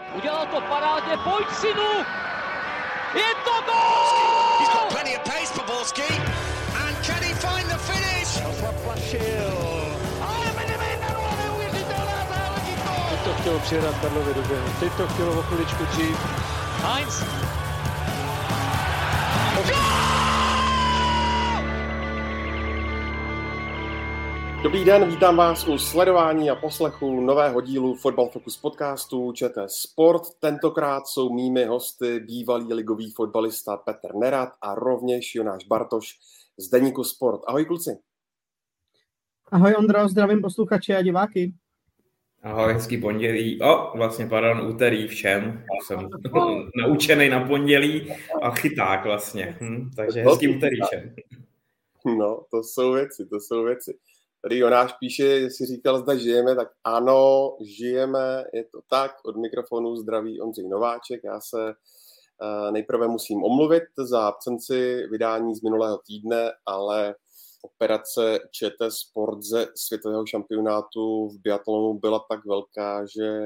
Udělal to parádně, pojď synu! Je to gól! He's got plenty of pace for Borski. And can he find the finish? Ale Medvedev, neuvěřitelná záležitost! Teď to chtělo přihrát Karlovi do běhu, teď to chtělo o chviličku dřív. Heinz! Dobrý den, vítám vás u sledování a poslechu nového dílu Fotbal Focus podcastu ČT Sport. Tentokrát jsou mými hosty bývalý ligový fotbalista Petr Nerad a rovněž Jonáš Bartoš z deníku Sport. Ahoj kluci. Ahoj Ondro, zdravím posluchače a diváky. Ahoj, hezký pondělí. Úterý všem. Jsem naučený na pondělí a chyták vlastně. Takže hezký úterý všem. No, to jsou věci. Tady Jonáš píše, jestli říkal, zda žijeme, tak ano, žijeme, je to tak. Od mikrofonu zdraví Ondřej Nováček. Já se nejprve musím omluvit za absenci vydání z minulého týdne, ale operace ČT Sport ze světového šampionátu v biatlonu byla tak velká, že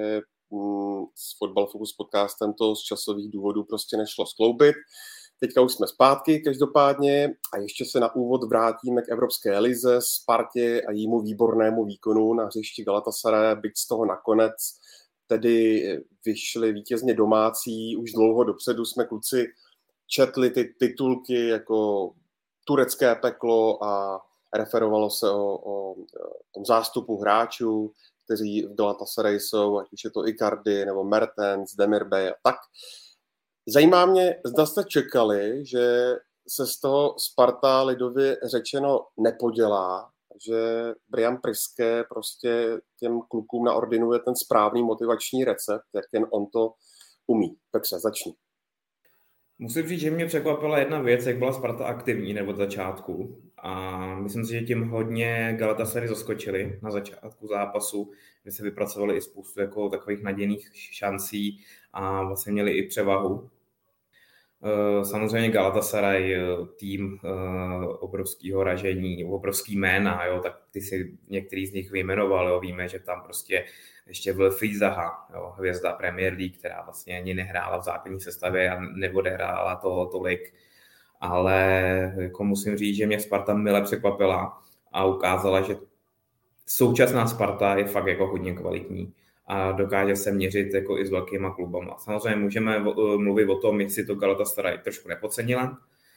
s Fotbal Focus podcastem to z časových důvodů prostě nešlo skloubit. Teďka už jsme zpátky každopádně a ještě se na úvod vrátíme k Evropské lize, Spartě a jejímu výbornému výkonu na hřišti Galatasaray, byť z toho nakonec tedy vyšli vítězně domácí. Už dlouho dopředu jsme kluci četli ty titulky jako turecké peklo a referovalo se o tom zástupu hráčů, kteří v Galatasaray jsou, ať už je to Icardi nebo Mertens, Demirbay a tak. Zajímá mě, zda jste čekali, že se z toho Sparta lidově řečeno nepodělá, že Brian Priske prostě těm klukům naordinuje ten správný motivační recept, jak jen on to umí. Petře, začni. Musím říct, že mě překvapila jedna věc, jak byla Sparta aktivní nebo od začátku. A myslím si, že tím hodně Galatasaray zaskočili na začátku zápasu, kde se vypracovali i spoustu jako takových nadějných šancí a vlastně měli i převahu. Samozřejmě Galatasaray, tým obrovského ražení, obrovský jména, jo, tak ty si některý z nich vyjmenoval, jo, víme, že tam prostě ještě byl Zaha, jo, hvězda Premier League, která vlastně ani nehrála v základní sestavě a neodehrála toho tolik, ale jako musím říct, že mě Sparta mile překvapila a ukázala, že současná Sparta je fakt jako hodně kvalitní a dokáže se měřit jako i s velkýma klubama. Samozřejmě můžeme mluvit o tom, jestli to Galatasaray trošku nepodcenila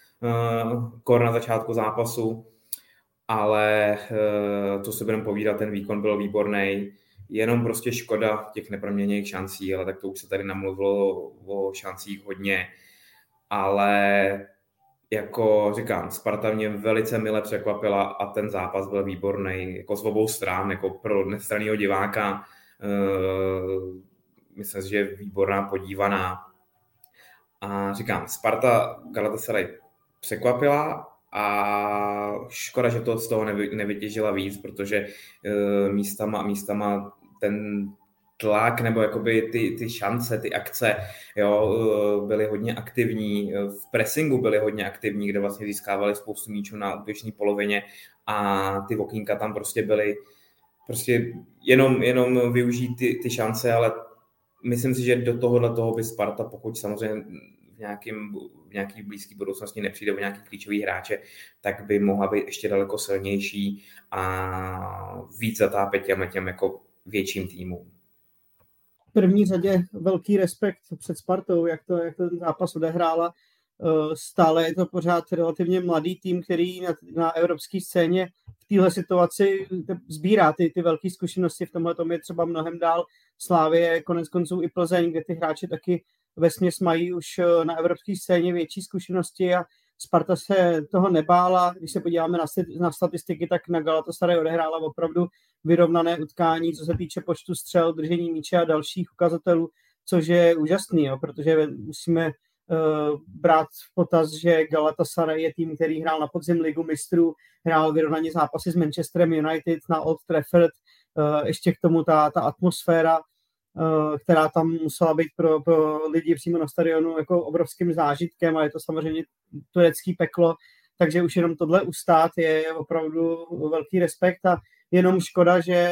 na začátku zápasu, ale to si budeme povídat, ten výkon byl výborný, jenom prostě škoda těch neproměněných šancí, ale tak to už se tady namluvilo o šancích hodně, ale jako říkám, Sparta mě velice mile překvapila a ten zápas byl výborný, jako z obou stran, jako pro nestrannýho diváka, myslím si, že je výborná podívaná. A říkám, Sparta Galatasaray překvapila a škoda, že to z toho nevytěžila víc, protože místama ten tlak nebo jakoby ty šance, ty akce, jo, byly hodně aktivní, v pressingu byly hodně aktivní, kde vlastně získávali spoustu míčů na útoční polovině a ty okýnka tam prostě byly prostě jenom využít ty šance, ale myslím si, že do toho by Sparta, pokud samozřejmě v nějaký blízké budoucnosti nepřijde o nějaký klíčový hráče, tak by mohla být ještě daleko silnější a víc zatápět těm jako větším týmům. V první řadě velký respekt před Spartou, jak ten zápas odehrála. Stále je to pořád relativně mladý tým, který na evropské scéně v téhle situaci sbírá ty velké zkušenosti. V tomhle tom je třeba mnohem dál Slavie, konec konců i Plzeň, kde ty hráči taky vesměs mají už na evropské scéně větší zkušenosti a Sparta se toho nebála. Když se podíváme na statistiky, tak na Galatasaray odehrála opravdu vyrovnané utkání, co se týče počtu střel, držení míče a dalších ukazatelů, což je úžasný, jo, protože musíme brát v potaz, že Galatasaray je tým, který hrál na podzim Ligu mistrů, hrál vyrovnaně zápasy s Manchesterem United na Old Trafford, ještě k tomu ta atmosféra, která tam musela být pro lidi přímo na stadionu jako obrovským zážitkem a je to samozřejmě turecký peklo, takže už jenom tohle ustát je opravdu velký respekt a jenom škoda, že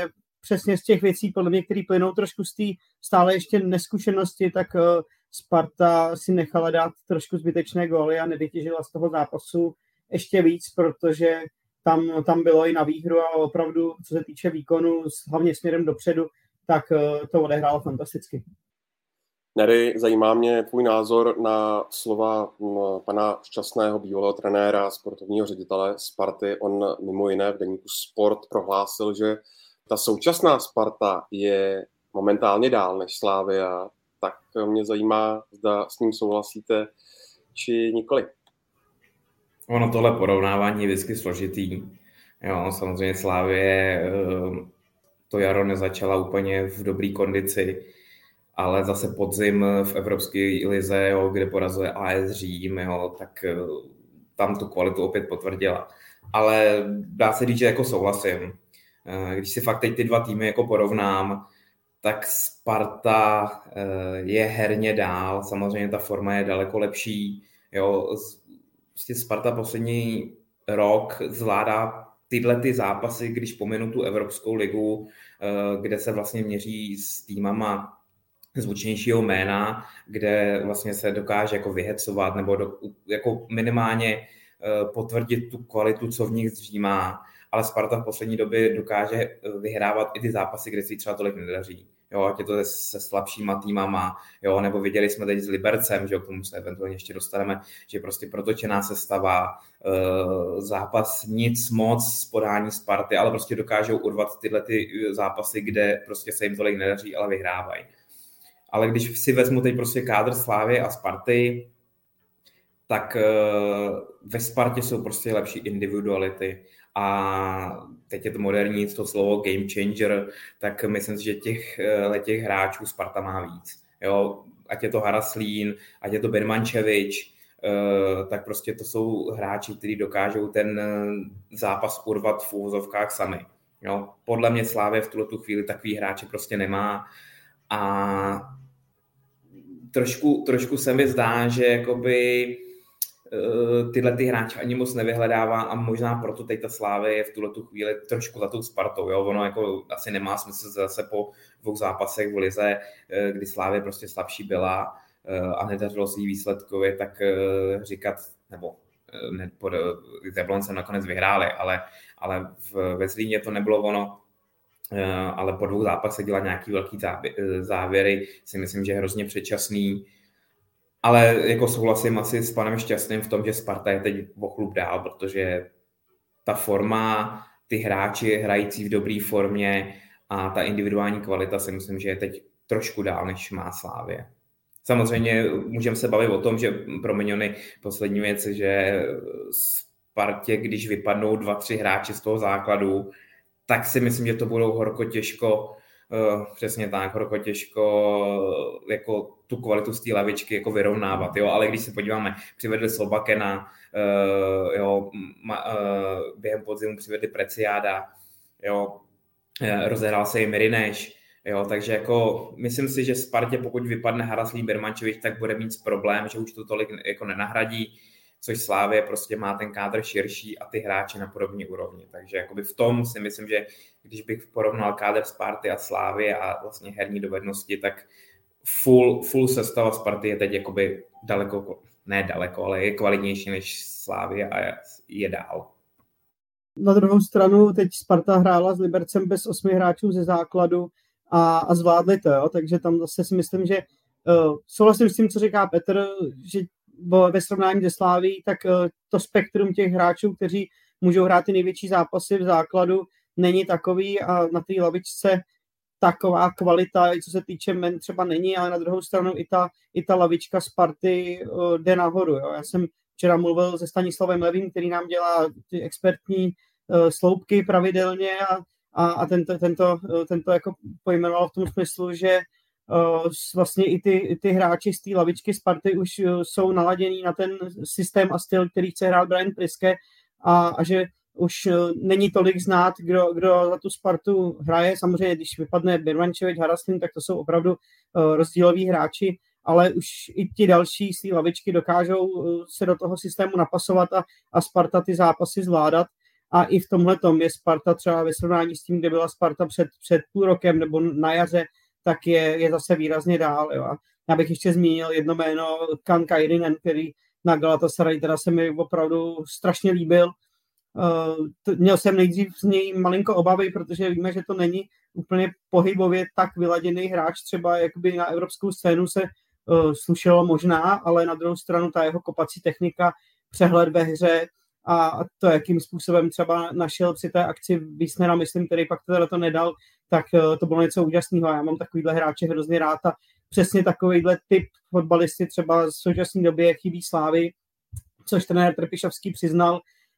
přesně z těch věcí, podle mě, které plynou trošku z té stále ještě neskušenosti, tak Sparta si nechala dát trošku zbytečné góly a nevytěžila z toho zápasu ještě víc, protože tam bylo i na výhru a opravdu, co se týče výkonu, hlavně směrem dopředu, tak to odehrálo fantasticky. Nery, zajímá mě tvůj názor na slova pana Šťastného, bývalého trenéra, sportovního ředitele Sparty. On mimo jiné v deníku Sport prohlásil, že ta současná Sparta je momentálně dál než Slavia. Tak mě zajímá, zda s ním souhlasíte, či nikoli. Ono tohle porovnávání je vždycky složitý. Jo, samozřejmě Slavie to jaro nezačala úplně v dobré kondici, ale zase podzim v Evropské lize, jo, kde porazuje AS Řím, jo, tak tam tu kvalitu opět potvrdila. Ale dá se říct, že jako souhlasím. Když si fakt teď ty dva týmy jako porovnám, tak Sparta je herně dál, samozřejmě ta forma je daleko lepší. Jo. Prostě Sparta poslední rok zvládá tyhle ty zápasy, když pominu tu Evropskou ligu, kde se vlastně měří s týmama zvučnějšího jména, kde vlastně se dokáže jako vyhecovat nebo jako minimálně potvrdit tu kvalitu, co v nich zřímá. Ale Sparta v poslední době dokáže vyhrávat i ty zápasy, kde si třeba tolik nedaří. Jo, ať je to se slabšíma týmama, jo, nebo viděli jsme teď s Libercem, že k tomu se eventuálně ještě dostaneme, že prostě protočená sestava, zápas nic moc z podání Sparty, ale prostě dokážou urvat tyhle ty zápasy, kde prostě se jim tolik nedaří, ale vyhrávají. Ale když si vezmu teď prostě kádr Slávy a Sparty, tak ve Spartě jsou prostě lepší individuality. A teď je to moderní, to slovo game changer, tak myslím si, že těch hráčů Sparta má víc. Jo, ať je to Haraslín, ať je to Birmančevič, tak prostě to jsou hráči, kteří dokážou ten zápas urvat v úvozovkách sami. Jo, podle mě Slavia v tuto chvíli takový hráče prostě nemá a trošku se mi zdá, že jakoby tyhle ty hráče ani moc nevyhledává a možná proto teď ta Slavia je v tuto chvíli trošku za tou Spartou. Jo? Ono jako asi nemá smysl zase po 2 zápasech v lize, kdy Slavia prostě slabší byla a nedařilo se jí výsledkově, tak říkat, nebo s Jabloncem nakonec vyhráli, ale ve Zlíně to nebylo ono, ale po 2 zápasech dělat nějaký velký závěry, si myslím, že je hrozně předčasný. Ale jako souhlasím asi s panem Šťastným v tom, že Sparta je teď o chlup dál, protože ta forma, ty hráči hrající v dobré formě a ta individuální kvalita si myslím, že je teď trošku dál, než má Slavie. Samozřejmě můžeme se bavit o tom, že pro Mignony poslední věc, že Spartě, když vypadnou 2-3 hráči z toho základu, tak si myslím, že to budou horko těžko, přesně tak, horko těžko jako tu kvalitu z té lavičky jako vyrovnávat, jo, ale když se podíváme, přivedli Slobakena, jo, během podzimu přivedli Preciáda, jo, rozehrál se i Mirineš, jo, takže jako myslím si, že Spartě, pokud vypadne Haraslín, Birmančevič, tak bude mít problém, že už to tolik jako nenahradí, což Slavie prostě má ten kádr širší a ty hráči na podobné úrovni. Takže jakoby v tom si myslím, že když bych porovnal kádr Sparty a Slavie a vlastně herní dovednosti, tak full sestava Sparty je teď jakoby daleko, ne daleko, ale je kvalitnější než Slavie a je dál. Na druhou stranu teď Sparta hrála s Libercem bez 8 hráčů ze základu a zvládli to, jo? Takže tam zase si myslím, že souhlasím s tím, co říká Petr, že ve srovnání se Slaví, tak to spektrum těch hráčů, kteří můžou hrát ty největší zápasy v základu, není takový a na té lavičce taková kvalita, co se týče men, třeba není, ale na druhou stranu i ta lavička Sparty jde nahoru. Jo. Já jsem včera mluvil se Stanislavem Levým, který nám dělá ty expertní sloupky pravidelně a tento jako pojmenoval v tom smyslu, že vlastně i ty hráči z té lavičky Sparty už jsou naladění na ten systém a styl, který chce hrát Brian Priske a že už není tolik znát, kdo za tu Spartu hraje. Samozřejmě, když vypadne Birmančevič, Haraslín, tak to jsou opravdu rozdíloví hráči, ale už i ti další z té lavičky dokážou se do toho systému napasovat a Sparta ty zápasy zvládat. a i v tomhletom je Sparta třeba ve srovnání s tím, kde byla Sparta před půl rokem nebo na jaře, tak je zase výrazně dál. Jo. A já bych ještě zmínil jedno jméno, Can Kairinen, který na Galatasaray teda se mi opravdu strašně líbil. Měl jsem nejdřív z něj malinko obavy, protože víme, že to není úplně pohybově tak vyladěný hráč, třeba jakby na evropskou scénu se slušelo možná, ale na druhou stranu ta jeho kopací technika, přehled ve hře a to, jakým způsobem třeba našel při té akci Wiesnera, myslím, který pak teda to nedal, tak to bylo něco úžasného. Já mám takovýhle hráče hrozně rád a přesně takovýhle typ fotbalisty třeba v současné době chybí Slávy, což trenér Trpišovský přiznal,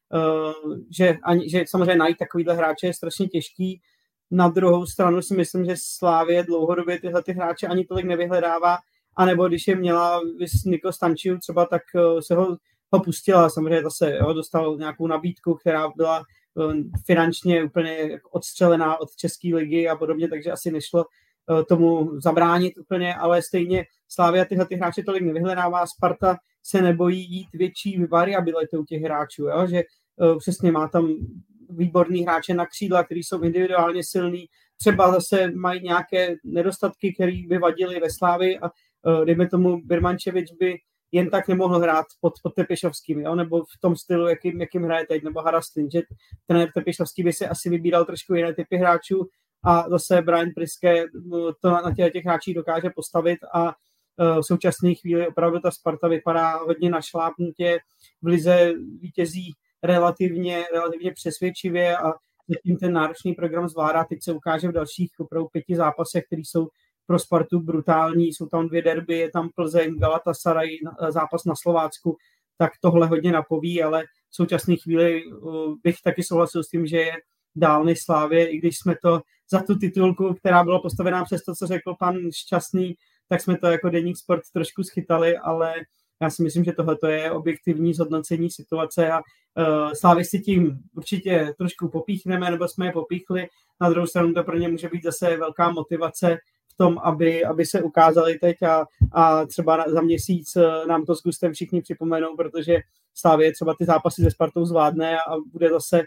že samozřejmě najít takovýhle hráče je strašně těžký. Na druhou stranu si myslím, že Slávě dlouhodobě tyhle hráče ani tolik nevyhledává, anebo když je měla Niko Stančiu třeba, tak se ho pustila. Samozřejmě zase dostal nějakou nabídku, která byla finančně úplně odstřelená od České ligy a podobně, takže asi nešlo tomu zabránit úplně, ale stejně Slavia tyhle hráče tolik nevyhledává. Sparta se nebojí jít větší variabilitou těch hráčů, jo? Že přesně má tam výborný hráče na křídla, kteří jsou individuálně silní, třeba zase mají nějaké nedostatky, které by vadily ve Slávii a dejme tomu Birmančevič by jen tak nemohl hrát pod Trpišovským, jo? Nebo v tom stylu, jakým hraje teď, nebo Harastin, že trenér Trpišovský by si asi vybíral trošku jiné typy hráčů a zase Brian Priske to na těch hráčích dokáže postavit a v současné chvíli opravdu ta Sparta vypadá hodně našlápnutě, v lize vítězí relativně přesvědčivě a zatím ten náročný program zvládá. Teď se ukáže v dalších opravdu 5 zápasech, které jsou pro Spartu brutální. Jsou tam 2 derby, je tam Plzeň, Galatasaray, zápas na Slovácku, tak tohle hodně napoví, ale v současné chvíli bych taky souhlasil s tím, že je dál než Slávě, i když jsme to za tu titulku, která byla postavená přes to, co řekl pan Šťastný, tak jsme to jako Deník Sport trošku schytali, ale já si myslím, že tohle je objektivní zhodnocení situace a Slávy si tím určitě trošku popíchneme, nebo jsme je popíchli. Na druhou stranu to pro ně může být zase velká motivace v tom, aby se ukázali teď a třeba za měsíc nám to s Gustem všichni připomenou, protože Slávě třeba ty zápasy se Spartou zvládne a bude zase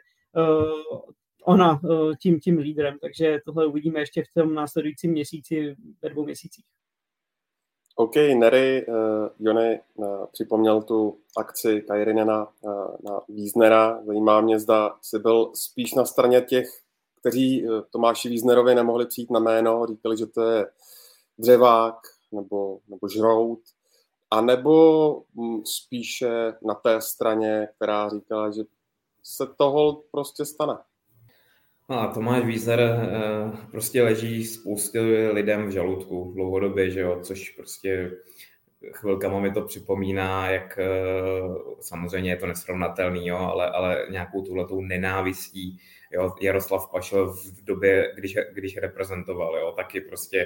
ona tím lídrem. Takže tohle uvidíme ještě v tom následujícím měsíci, ve 2 měsících. OK, Nery, Jony připomněl tu akci Kairinena na Wiesnera. Zajímá mě, zda jsi byl spíš na straně těch, kteří Tomáši Wiesnerovi nemohli přijít na jméno, říkali, že to je dřevák nebo žrout, anebo spíše na té straně, která říkala, že se toho prostě stane. A Tomáš Wiesner prostě leží spousty lidem v žaludku dlouhodobě, že jo, což prostě chvilkama mi to připomíná, jak samozřejmě je to nesrovnatelný, jo, ale nějakou tuhletou nenávistí, jo, Jaroslav Pašel v době, když reprezentoval, jo, taky prostě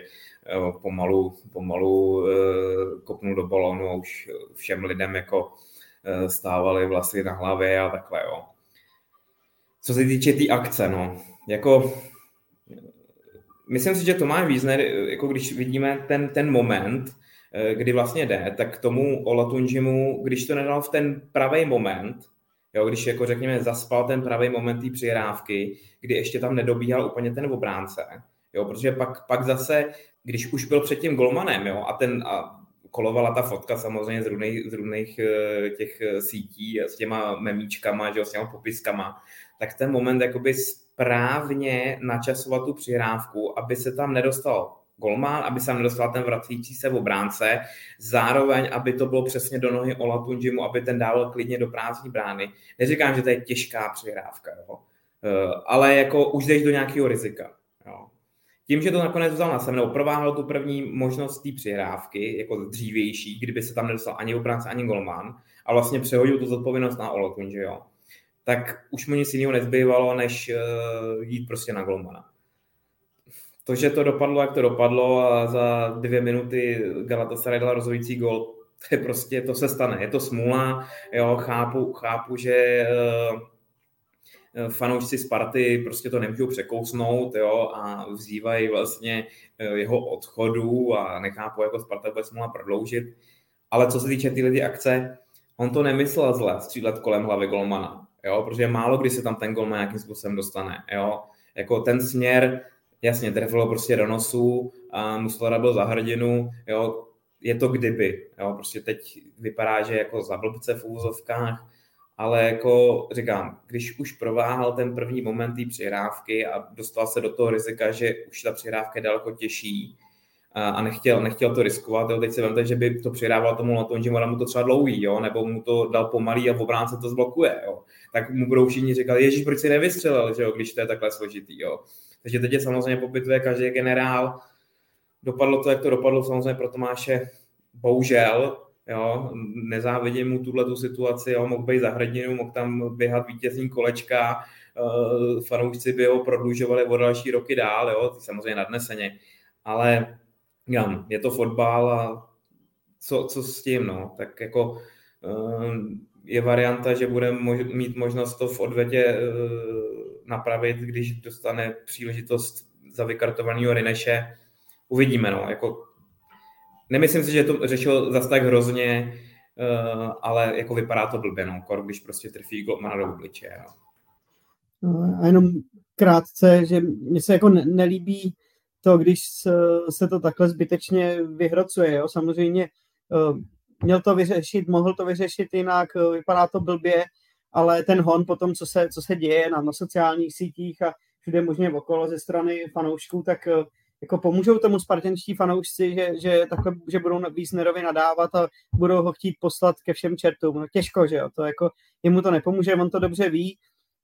pomalu kopnul do balónu a už všem lidem jako stávaly vlasy na hlavě a takhle, jo. Co se týče té akce, no, jako myslím si, že Tomáš Wiesner, jako když vidíme ten moment, kdy vlastně jde, tak k tomu Olatunjimu, když to nedal v ten pravý moment, jo, když jako řekněme zaspal ten pravý moment té přihrávky, kdy ještě tam nedobíhal úplně ten obránce, jo, protože pak zase, když už byl před tím golmanem, jo, a kolovala ta fotka samozřejmě z různých těch sítí s těma memíčkama, že jo, s těma popiskama, tak ten moment jakoby správně načasovat tu přihrávku, aby se tam nedostal golman, aby se tam nedostal ten vracící se v obránce, zároveň, aby to bylo přesně do nohy Olatunjimu, aby ten dával klidně do prázdné brány. Neříkám, že to je těžká přihrávka, jo, ale jako už jdeš do nějakého rizika. Jo. Tím, že to nakonec vzal na sebe, nebo prováhal tu první možnost té přihrávky, jako dřívější, kdyby se tam nedostal ani obránce, ani golman, a vlastně přehodil tu zodpovědnost na Olatunji, jo, tak už mu nic jiného nezbývalo, než jít prostě na golmana. To, že to dopadlo, jak to dopadlo a za 2 minuty Galatasaray dala rozhodující gól, to je prostě, to se stane. Je to smůla, jo, chápu, že fanoušci Sparty prostě to nemůžou překousnout, jo, a vzývají vlastně jeho odchodu a nechápu, jako Sparta bude smůla prodloužit. Ale co se týče této akce, on to nemyslel zle střílet kolem hlavy golmana. jo, protože málo kdy se tam ten gol nějakým způsobem dostane, jo. Jako ten směr, jasně, trefilo prostě do nosu a Muslera byl za hrdinu, jo, je to kdyby, jo, prostě teď vypadá, že jako za blbce v úvozovkách, ale jako říkám, když už prováhal ten první moment té přihrávky a dostal se do toho rizika, že už ta přihrávka je daleko těžší a nechtěl to riskovat, jo, teď si vemte, že by to přihrával tomu Lotonži, mu to třeba dlouhý, jo, nebo mu to dal pomalý a v obránce to zblokuje, jo, tak mu budou všichni říkat, ježíš, proč si nevystřelil, že jo, když to je takhle složitý, jo. Takže teď je samozřejmě popytuje každý generál, dopadlo to, jak to dopadlo, samozřejmě pro Tomáše, bohužel, jo, nezávidím mu tuhletu situaci, jo, mohl být za hrdinu, mohl tam běhat vítězní kolečka, fanoušci by ho prodlužovali o další roky dál, jo, samozřejmě nadneseně, ale je to fotbal a co s tím, no, tak jako je varianta, že bude mít možnost to v odvetě napravit, když dostane příležitost za vykartovaného Rineše. Uvidíme, no, jako nemyslím si, že to řešil zase tak hrozně, ale jako vypadá to blbě, no, když prostě trfí golmana do obličeje, no. A jenom krátce, že mně se jako nelíbí to, když se to takhle zbytečně vyhrocuje, jo, samozřejmě mohl to vyřešit jinak, vypadá to blbě, ale ten hon potom, co se děje na sociálních sítích a všude možně okolo ze strany fanoušků, tak jako pomůžou tomu spartanští fanoušci, že budou víc nervy nadávat a budou ho chtít poslat ke všem čertům. No těžko, že jo, to jako jemu to nepomůže, on to dobře ví.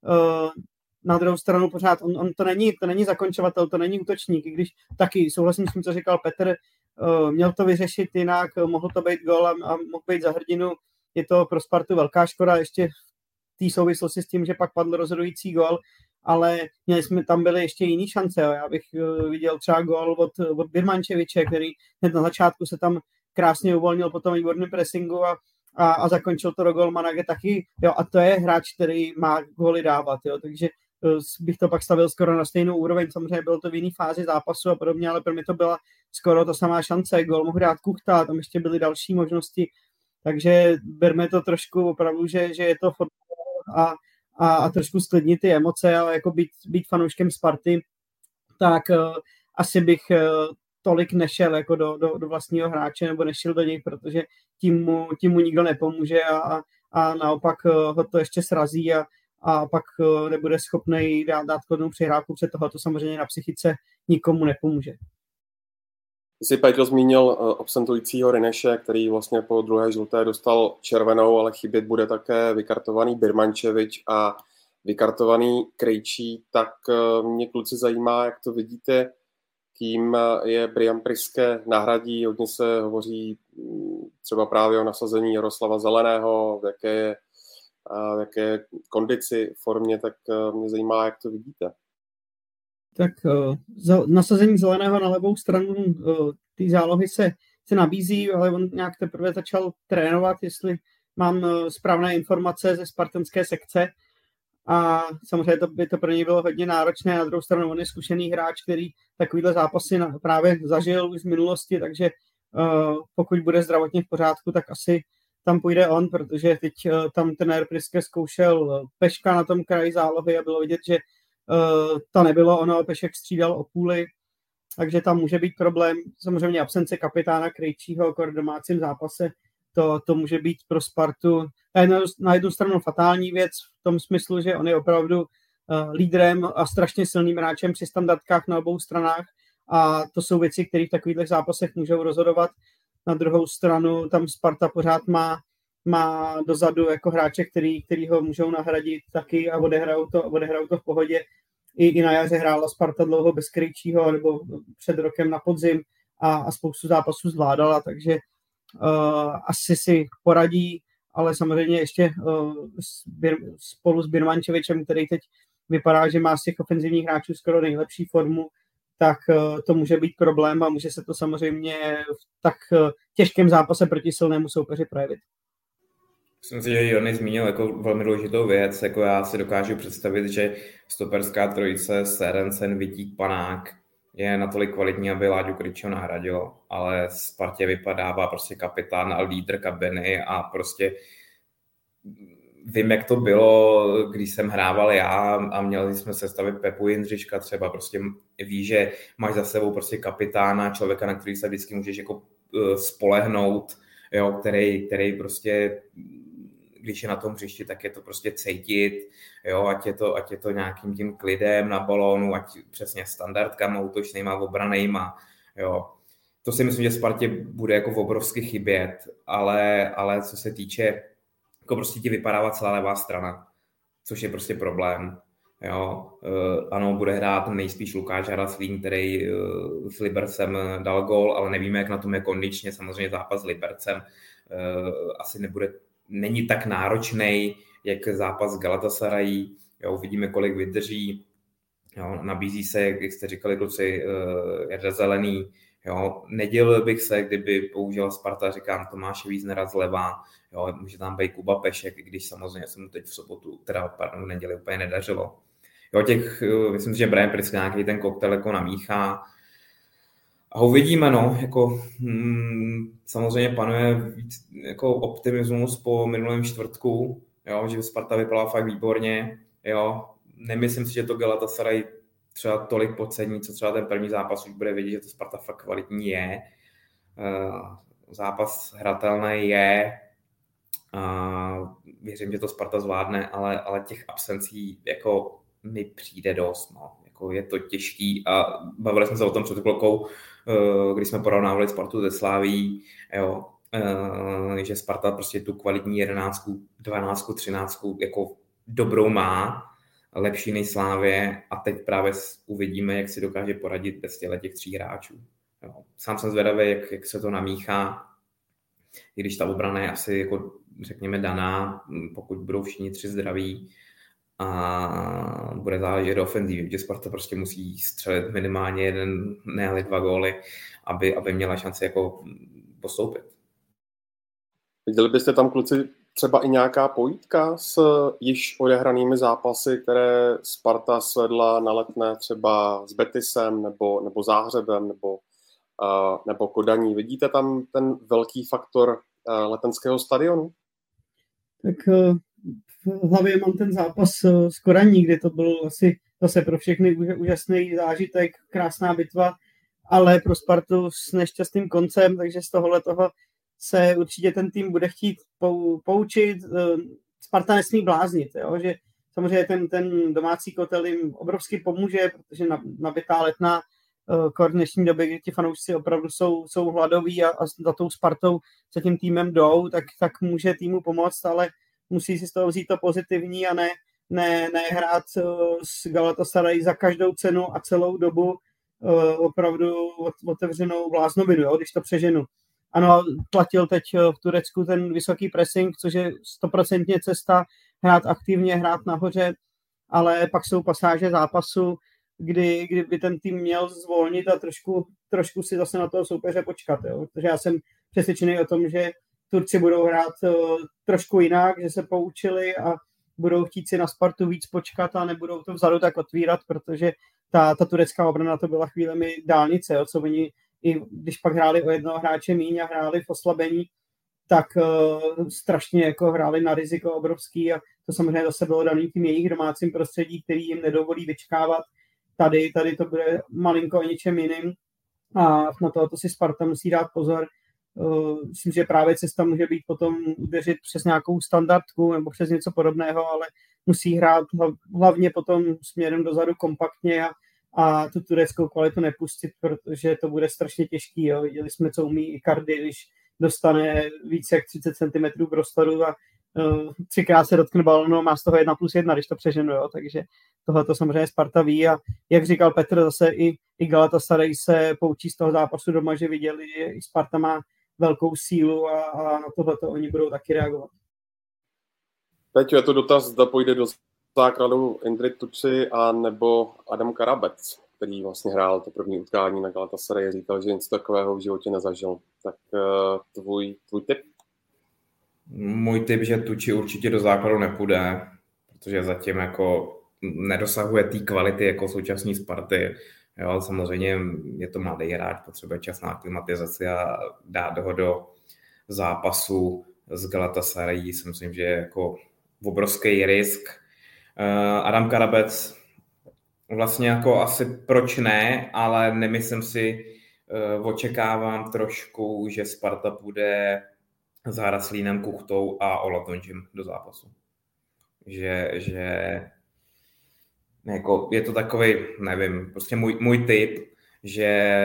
Na druhou stranu pořád, on to není zakončovatel, to není útočník, i když taky souhlasím s tím, co říkal Petr, měl to vyřešit jinak, mohl to být gol a mohl být za hrdinu. Je to pro Spartu velká škoda, ještě v té souvislosti s tím, že pak padl rozhodující gol, ale tam byly ještě jiný šance. Jo. Já bych viděl třeba gol od Birmančeviče, který hned na začátku se tam krásně uvolnil po tom výborném pressingu a zakončil to do golmana, kde taky, jo, a to je hráč, který má góly dávat, jo, takže bych to pak stavil skoro na stejnou úroveň, samozřejmě bylo to v jiné fázi zápasu a podobně, ale pro mě to byla skoro ta samá šance, gól mohl dát Kuchta, tam ještě byly další možnosti, takže berme to trošku opravdu, že je to fotbal a trošku sklidnit ty emoce, ale jako být fanouškem Sparty, tak asi bych tolik nešel jako do vlastního hráče nebo nešel do něj, protože tím mu nikdo nepomůže a naopak ho to ještě srazí a pak nebude schopný dát kladnou přihrávku před toho, to samozřejmě na psychice nikomu nepomůže. Jsi, Petr, zmínil absentujícího Rineše, který vlastně po druhé žluté dostal červenou, ale chybět bude také vykartovaný Birmančevič a vykartovaný Krejčí, tak mě, kluci, zajímá, jak to vidíte, kým je Brian Priske nahradí. Hodně se hovoří třeba právě o nasazení Jaroslava Zeleného, v jaké kondici, formě, tak mě zajímá, jak to vidíte. Tak nasazení Zeleného na levou stranu ty zálohy se nabízí, ale on nějak teprve začal trénovat, jestli mám správné informace ze spartanské sekce. A samozřejmě by to pro něj bylo hodně náročné. Na druhou stranu on je zkušený hráč, který takovýhle zápasy právě zažil už z minulosti, takže pokud bude zdravotně v pořádku, tak asi tam půjde on, protože teď tam trenér Priske zkoušel Peška na tom kraji zálohy a bylo vidět, že to nebylo ono, Pešek střídal o půli, takže tam může být problém. Samozřejmě absence kapitána Krejčího v domácím zápase, to může být pro Spartu na jednu stranu fatální věc v tom smyslu, že on je opravdu lídrem a strašně silným hráčem při standardkách na obou stranách a to jsou věci, které v takových zápasech můžou rozhodovat. Na druhou stranu tam Sparta pořád má dozadu jako hráče, který ho můžou nahradit taky a odehrajou to v pohodě. I na jaře hrála Sparta dlouho bez Krejčího nebo před rokem na podzim a spoustu zápasů zvládala, takže asi si poradí, ale samozřejmě ještě spolu s Birmančevičem, který teď vypadá, že má z těch ofenzivních hráčů skoro nejlepší formu, tak to může být problém a může se to samozřejmě v tak těžkém zápase proti silnému soupeři projevit. Myslím si, že Jony zmínil jako velmi důležitou věc, jako já si dokážu představit, že stoperská trojice Serencen, Vitík, Panák je natolik kvalitní, aby Láďu Krejčího nahradil, ale Spartě vypadává prostě kapitán a lídr kabiny a prostě vím, jak to bylo, když jsem hrával já a měli jsme sestavit Pepu Jindřiška třeba, prostě víš, že máš za sebou prostě kapitána, člověka, na který se vždycky můžeš jako spolehnout, jo, který prostě, když je na tom hřišti, tak je to prostě cítit, jo, ať je to nějakým tím klidem na balónu, ať přesně standardkama, útočnýma, obranejma, jo. To si myslím, že Spartě bude jako obrovsky chybět, ale co se týče, jako prostě ti vypadává celá levá strana, což je prostě problém. Jo. Ano, bude hrát nejspíš Lukáš Haraslín, který s Libercem dal gól, ale nevíme, jak na tom je kondičně. Samozřejmě zápas s Libercem asi není tak náročný, jak zápas s Galatasarají. Jo, uvidíme, kolik vydrží. Jo, nabízí se, jak jste říkali, kluci, Jarda Zelený. Jo, nedělil bych se, kdyby použila Sparta, říkám, Tomáše Víznera zleva, jo, může tam být Kuba Pešek, když samozřejmě se mu teď v neděli úplně nedařilo. Jo, myslím si, že Brian Prisk nějaký ten koktel jako namíchá a uvidíme, no, jako samozřejmě panuje víc jako optimismus po minulém čtvrtku, jo, že Sparta vypadala fakt výborně, jo, nemyslím si, že to Galatasaray třeba tolik podcení, co třeba ten první zápas už bude vidět, že to Sparta fakt kvalitní je. Zápas hratelný je. Věřím, že to Sparta zvládne, ale těch absencí jako mi přijde dost. No. Jako je to těžký a bavili jsme se o tom před chvilkou, když jsme porovnávali Spartu ze Slaví, jo, že Sparta prostě tu kvalitní 11, 12, 13 jako dobrou má, lepší než Slávě a teď právě uvidíme, jak si dokáže poradit bez těch 3 hráčů. Jo. Sám jsem zvědavý, jak se to namíchá, i když ta obrana je asi jako řekněme daná, pokud budou všichni 3 zdraví a bude záležet do ofenzívy, že Sparta prostě musí střelit minimálně 1, ne 2 góly, aby měla šanci jako postoupit. Viděli byste tam, kluci, třeba i nějaká pojítka s již odehranými zápasy, které Sparta svedla na Letné třeba s Betisem nebo Záhřebem nebo Kodaní. Vidíte tam ten velký faktor letenského stadionu? Tak v hlavě mám ten zápas s Kodaní, kde to byl asi zase pro všechny úžasný zážitek, krásná bitva, ale pro Spartu s nešťastným koncem, takže z toho se určitě ten tým bude chtít poučit. Sparta nesmí bláznit, jo? Že samozřejmě ten domácí kotel jim obrovsky pomůže, protože nabitá Letná v dnešní době, kdy ti fanoušci opravdu jsou hladoví a za tou Spartou, za tím týmem jdou, tak může týmu pomoct, ale musí si z toho vzít to pozitivní a ne hrát s Galatasaray za každou cenu a celou dobu opravdu otevřenou bláznovinu, jo? Když to přeženu. Ano, platil teď v Turecku ten vysoký pressing, což je 100% cesta, hrát aktivně, hrát nahoře, ale pak jsou pasáže zápasu, kdy by ten tým měl zvolnit a trošku si zase na toho soupeře počkat. Jo? Protože já jsem přesvědčený o tom, že Turci budou hrát trošku jinak, že se poučili a budou chtít si na Spartu víc počkat a nebudou to vzadu tak otvírat, protože ta turecká obrana to byla chvílemi dálnice, jo? Co oni i když pak hráli o jednoho hráče míň a hráli v oslabení, tak strašně jako hráli na riziko obrovský a to samozřejmě zase bylo daný tím jejich domácím prostředí, který jim nedovolí vyčkávat. Tady to bude malinko o něčem jiným a na to si Sparta musí dát pozor. Myslím, že právě cesta může být potom udeřit přes nějakou standardku nebo přes něco podobného, ale musí hrát hlavně potom směrem dozadu kompaktně a tu tureckou kvalitu nepustit, protože to bude strašně těžký. Jo. Viděli jsme, co umí Icardi, když dostane více jak 30 cm prostoru a 3krát se dotkne balonu, má z toho 1+1, když to přeženu. Jo. Takže tohle samozřejmě Sparta ví a jak říkal Petr, zase i Galatasaray se poučí z toho zápasu doma, že viděli, že i Sparta má velkou sílu a na tohleto oni budou taky reagovat. Teď je to dotaz, zda půjde do základu Indrit Tuci a nebo Adam Karabec, který vlastně hrál to první utkání na Galatasaray, říkal, že nic takového v životě nezažil. Tak tvůj tip? Můj tip, že Tuci určitě do základu nepůjde, protože zatím jako nedosahuje té kvality jako současný Sparty. Jo, samozřejmě je to mladý hráč, potřebuje čas na aklimatizaci a dát ho do zápasu s Galatasaray. Si myslím, že jako obrovský risk. Adam Karabec vlastně jako asi proč ne, ale nemyslím si, očekávám trošku, že Sparta bude s Haraslínem, Kuchtou a Olatunžím do zápasu. Že jako je to takový, nevím, prostě můj tip, že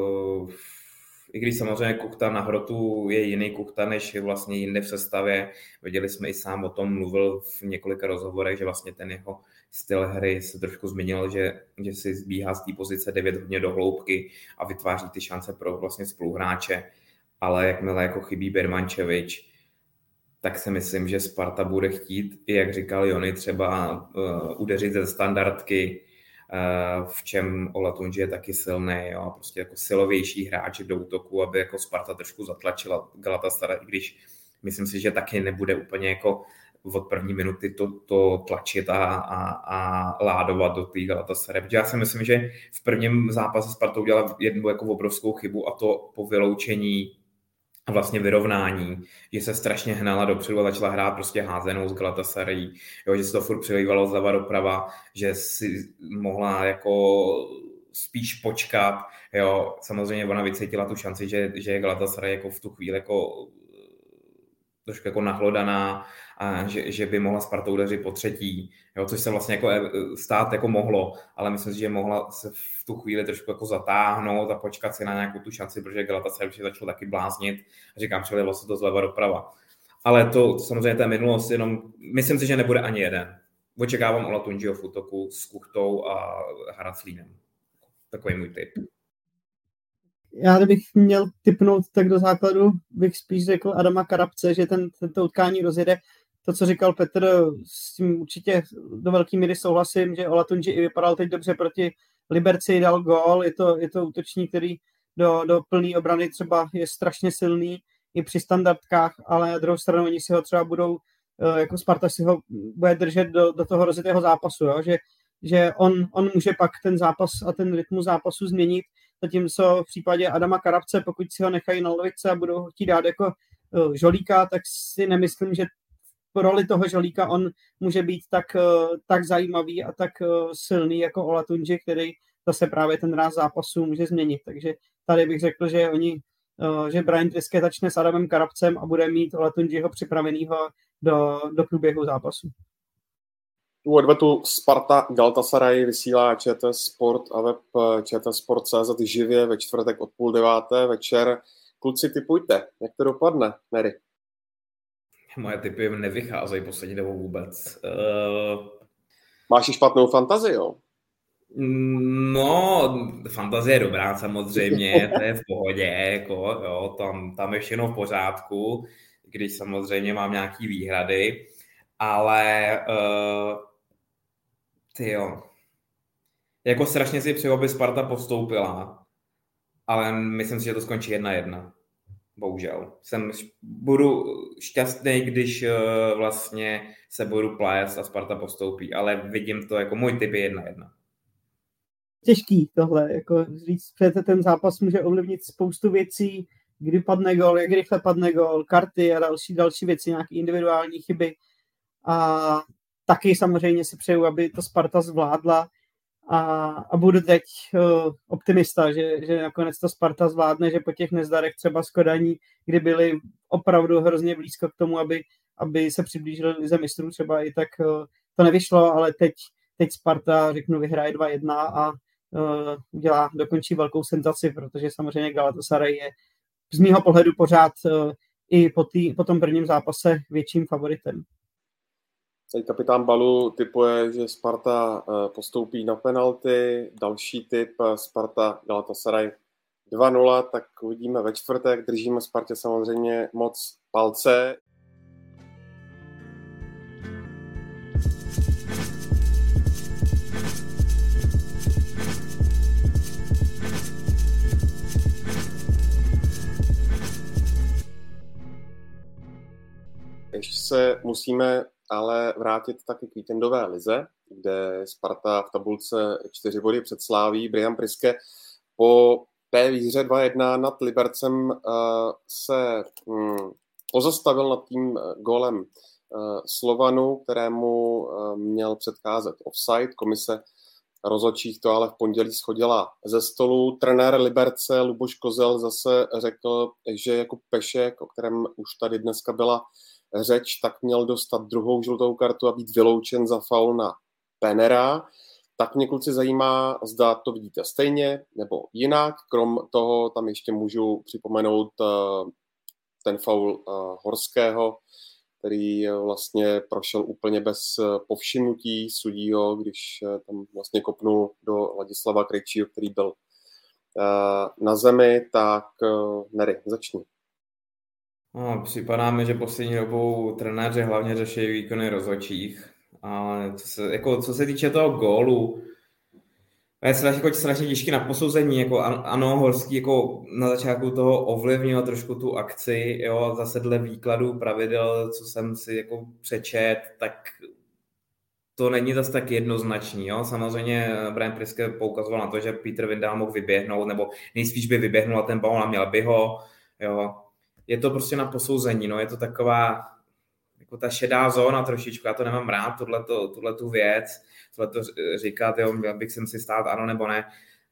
i když samozřejmě Kuchta na hrotu je jiný Kuchta, než vlastně jinde v sestavě. Viděli jsme i sám o tom, mluvil v několika rozhovorech, že vlastně ten jeho styl hry se trošku změnil, že si zbíhá z té pozice 9 hodně do hloubky a vytváří ty šance pro vlastně spoluhráče. Ale jakmile jako chybí Birmančevič, tak si myslím, že Sparta bude chtít, i jak říkal Jony, třeba udeřit ze standardky, v čem Olatunji je taky silný, jo, prostě jako silovější hráč do útoku, aby jako Sparta trošku zatlačila Galatasaray, i když myslím si, že taky nebude úplně jako od první minuty to tlačit a ládovat do té Galatasaray. Protože já si myslím, že v prvním zápase Sparta udělala jednu jako obrovskou chybu, a to po vyloučení a vlastně vyrovnání, že se strašně hnala dopředu a začala hrát prostě házenou z Galatasaray, jo, že se to furt přilívalo zleva doprava, že si mohla jako spíš počkat, jo, samozřejmě ona vycítila tu šanci, že je Galatasaray jako v tu chvíli jako trošku jako nahlodaná a že by mohla Sparta udeřit po třetí, jo, což se vlastně jako stát jako mohlo, ale myslím si, že mohla se v tu chvíli trošku jako zatáhnout a počkat si na nějakou tu šanci, protože Galatasaray už začalo taky bláznit a říkám, přelilo se to zleva doprava. Ale to samozřejmě ta minulost, jenom myslím si, že nebude ani jeden. Očekávám Olatunjiho v útoku s Kuchtou a Haraslínem. Takový můj tip. Já kdybych měl tipnout tak do základu, bych spíš řekl Adama Karabce, že tento utkání rozjede. To, co říkal Petr, s tím určitě do velké míry souhlasím, že Olatunji i vypadal teď dobře proti Liberci, dal gól, je to útočník, který do plné obrany třeba je strašně silný i při standardkách, ale na druhou stranu oni si ho třeba budou, jako Sparta si ho bude držet do toho rozjetého zápasu, jo? Že on může pak ten zápas a ten rytmus zápasu změnit, zatímco v případě Adama Karabce, pokud si ho nechají na lavice a budou ho chtít dát jako žolíka, tak si nemyslím, že v roli toho žolíka on může být tak zajímavý a tak silný jako Olatunji, který zase právě ten ráz zápasu může změnit. Takže tady bych řekl, že Brian Triske začne s Adamem Karabcem a bude mít Olatunjiho připravenýho do průběhu zápasu. Tu odvetu Sparta Galatasaray vysílá ČT Sport a web čtsport.cz živě ve čtvrtek od 8:30 večer. Kluci, tipujte, jak to dopadne, Mary? Moje tipy nevycházejí poslední dobou vůbec. Máš i špatnou fantazii, jo? No, fantazie je dobrá samozřejmě, to je v pohodě, jako, jo, tam je všechno v pořádku, když samozřejmě mám nějaký výhrady, ale tyjo, jako strašně si přeju, aby Sparta postoupila, ale myslím si, že to skončí 1-1. Bohužel. Budu šťastný, když vlastně se budu plést a Sparta postoupí, ale vidím to jako můj tip je 1-1. Těžký tohle, jako říct, že ten zápas může ovlivnit spoustu věcí, kdy padne gól, jak rychle padne gól, karty a další věci, nějaké individuální chyby. A taky samozřejmě si přeju, aby to Sparta zvládla a budu teď optimista, že nakonec to Sparta zvládne, že po těch nezdarech třeba s Kodaní, kdy byli opravdu hrozně blízko k tomu, aby se přiblížili lize mistrů třeba i tak to nevyšlo, ale teď Sparta, řeknu, vyhraje 2-1 a dokončí velkou senzaci, protože samozřejmě Galatasaray je z mýho pohledu pořád i po tom prvním zápase větším favoritem. Teď kapitán Balu tipuje, že Sparta postoupí na penalty. Další tip Sparta Galatasaray 2-0, tak uvidíme ve čtvrtek. Držíme Spartě samozřejmě moc palce. Ještě se musíme ale vrátit taky k víkendové lize, kde Sparta v tabulce 4 body před Sláví. Brian Priske po té výhře 2-1 nad Libercem se pozastavil nad tím gólem Slovanu, kterému měl předcházet offside. Komise rozhodčích to ale v pondělí shodila ze stolu. Trenér Liberce Luboš Kozel zase řekl, že jako Pešek, o kterém už tady dneska byla řeč, tak měl dostat druhou žlutou kartu a být vyloučen za faul na Penera. Tak mě, kluci, zajímá, zda to vidíte stejně nebo jinak. Krom toho tam ještě můžu připomenout ten faul Horského, který vlastně prošel úplně bez povšimnutí sudího, když tam vlastně kopnul do Ladislava Krejčího, který byl na zemi. Tak Nery, začni. No, připadá mi, že poslední dobou trenéři hlavně řeší výkony rozhodčích. A co se týče toho gólu, je strašně těžký na posouzení. Jako, ano, Horský jako na začátku toho ovlivnil trošku tu akci, jo, zase dle výkladu pravidel, co jsem si jako přečet, tak to není zase tak jednoznačný. Jo. Samozřejmě Brian Priske poukazoval na to, že Petr Vindal mohl vyběhnout, nebo nejspíš by vyběhnul a ten balón a měl by ho. Jo. Je to prostě na posouzení, no, je to taková jako ta šedá zóna trošičku, já to nemám rád, tuhletu věc, tohleto říkat, jo, měl bych si stát ano nebo ne.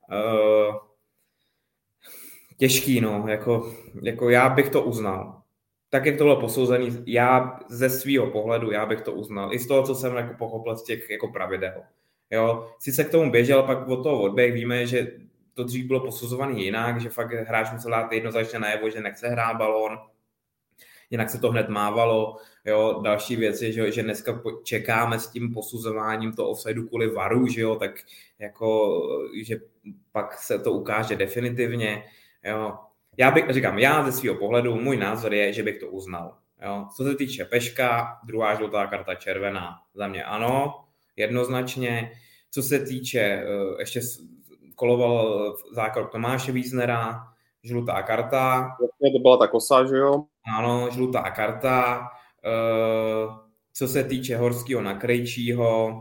Těžký, no, jako já bych to uznal. Tak, jak to bylo posouzený, já ze svýho pohledu, já bych to uznal. I z toho, co jsem jako pochopil z těch jako pravidel. Jo, sice k tomu běžel, pak od toho odběh, víme, že to dřív bylo posuzovaný jinak, že fakt hráč musel dát jednoznačně najevo, že nechce hrát balón, jinak se to hned mávalo. Jo, další věc je, že dneska čekáme s tím posuzováním toho offsideu kvůli VARu, že jo, tak jako, že pak se to ukáže definitivně. Jo. Já ze svého pohledu, můj názor je, že bych to uznal. Jo. Co se týče Peška, druhá žlutá karta červená, za mě ano, jednoznačně. Co se týče, ještě koloval zákrok Tomáše Wiesnera, žlutá karta. To byla ta kosa, že jo? Ano, žlutá karta. Co se týče Horského na Krejčího,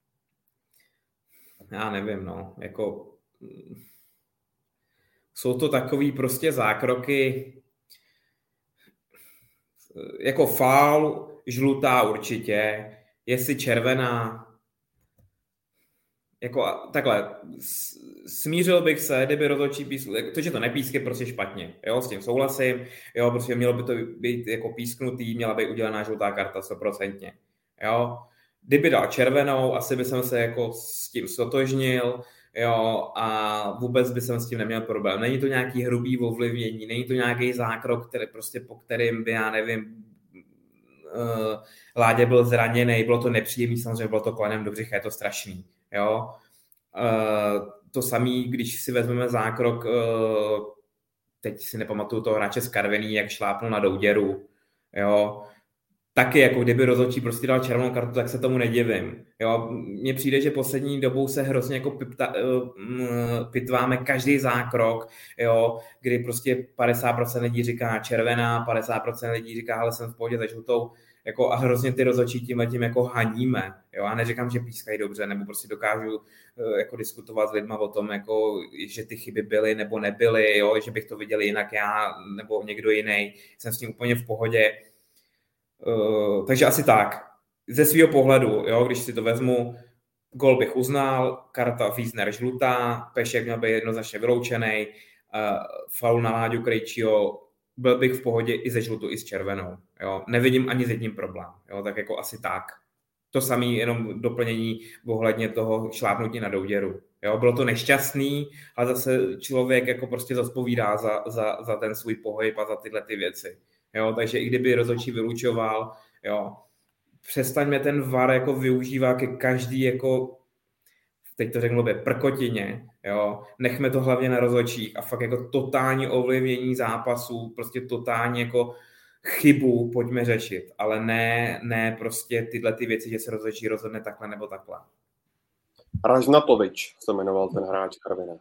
já nevím, no, jako jsou to takový prostě zákroky, jako faul, žlutá určitě, jestli červená, jako takhle, smířil bych se, kdyby rozhodčí pískl, to, že to nepísk, je prostě špatně, jo, s tím souhlasím, jo, prostě mělo by to být jako písknutý, měla by udělená žlutá karta 100%, jo, kdyby dal červenou, asi by jsem se jako s tím stotožnil, jo, a vůbec by jsem s tím neměl problém. Není to nějaký hrubý ovlivnění, není to nějaký zákrok, který prostě po kterým by, já nevím, Láďa byl zraněný, bylo to nepříjemný, samozřejmě bylo to klanem do břicha, je to strašný, jo. To samý, když si vezmeme zákrok, teď si nepamatuju toho hráče z Karviní, jak šlápnul na Douděru, jo. Taky, jako kdyby rozhodčí prostě dal červenou kartu, tak se tomu nedivím. Jo, mně přijde, že poslední dobou se hrozně jako pitváme každý zákrok, jo, kdy prostě 50% lidí říká červená, 50% lidí říká, ale jsem v pohodě za žlutou, jako a hrozně ty rozhodčí tím jako haníme. Jo, já neříkám, že pískají dobře, nebo prostě dokážu jako diskutovat s lidma o tom, jako, že ty chyby byly nebo nebyly, jo, že bych to viděl jinak já nebo někdo jiný. Jsem s tím úplně v pohodě. Takže asi tak. Ze svého pohledu, jo, když si to vezmu, gol bych uznal, karta Wiesner žlutá, Pešek měl být jednoznačně vyloučený, faul na Láďu Krejčího, byl bych v pohodě i ze žlutou, i s červenou. Jo. Nevidím ani s jedním problém. Jo, tak jako asi tak. To samé jenom doplnění ohledně toho šlápnutí na Douděru. Jo, bylo to nešťastný, ale zase člověk jako prostě zodpovídá za ten svůj pohyb a za tyhle ty věci. Jo, takže i kdyby rozhodčí vylučoval, jo, přestaňme ten VAR jako využívá ke každý jako, teď to řeknu, prkotině, jo, nechme to hlavně na rozhodčích a fakt jako totální ovlivnění zápasů, prostě totální jako chybu pojďme řešit, ale ne prostě tyhle ty věci, že se rozhodčí rozhodne takhle nebo takhle. Ražnatovič se jmenoval ten hráč Karviné.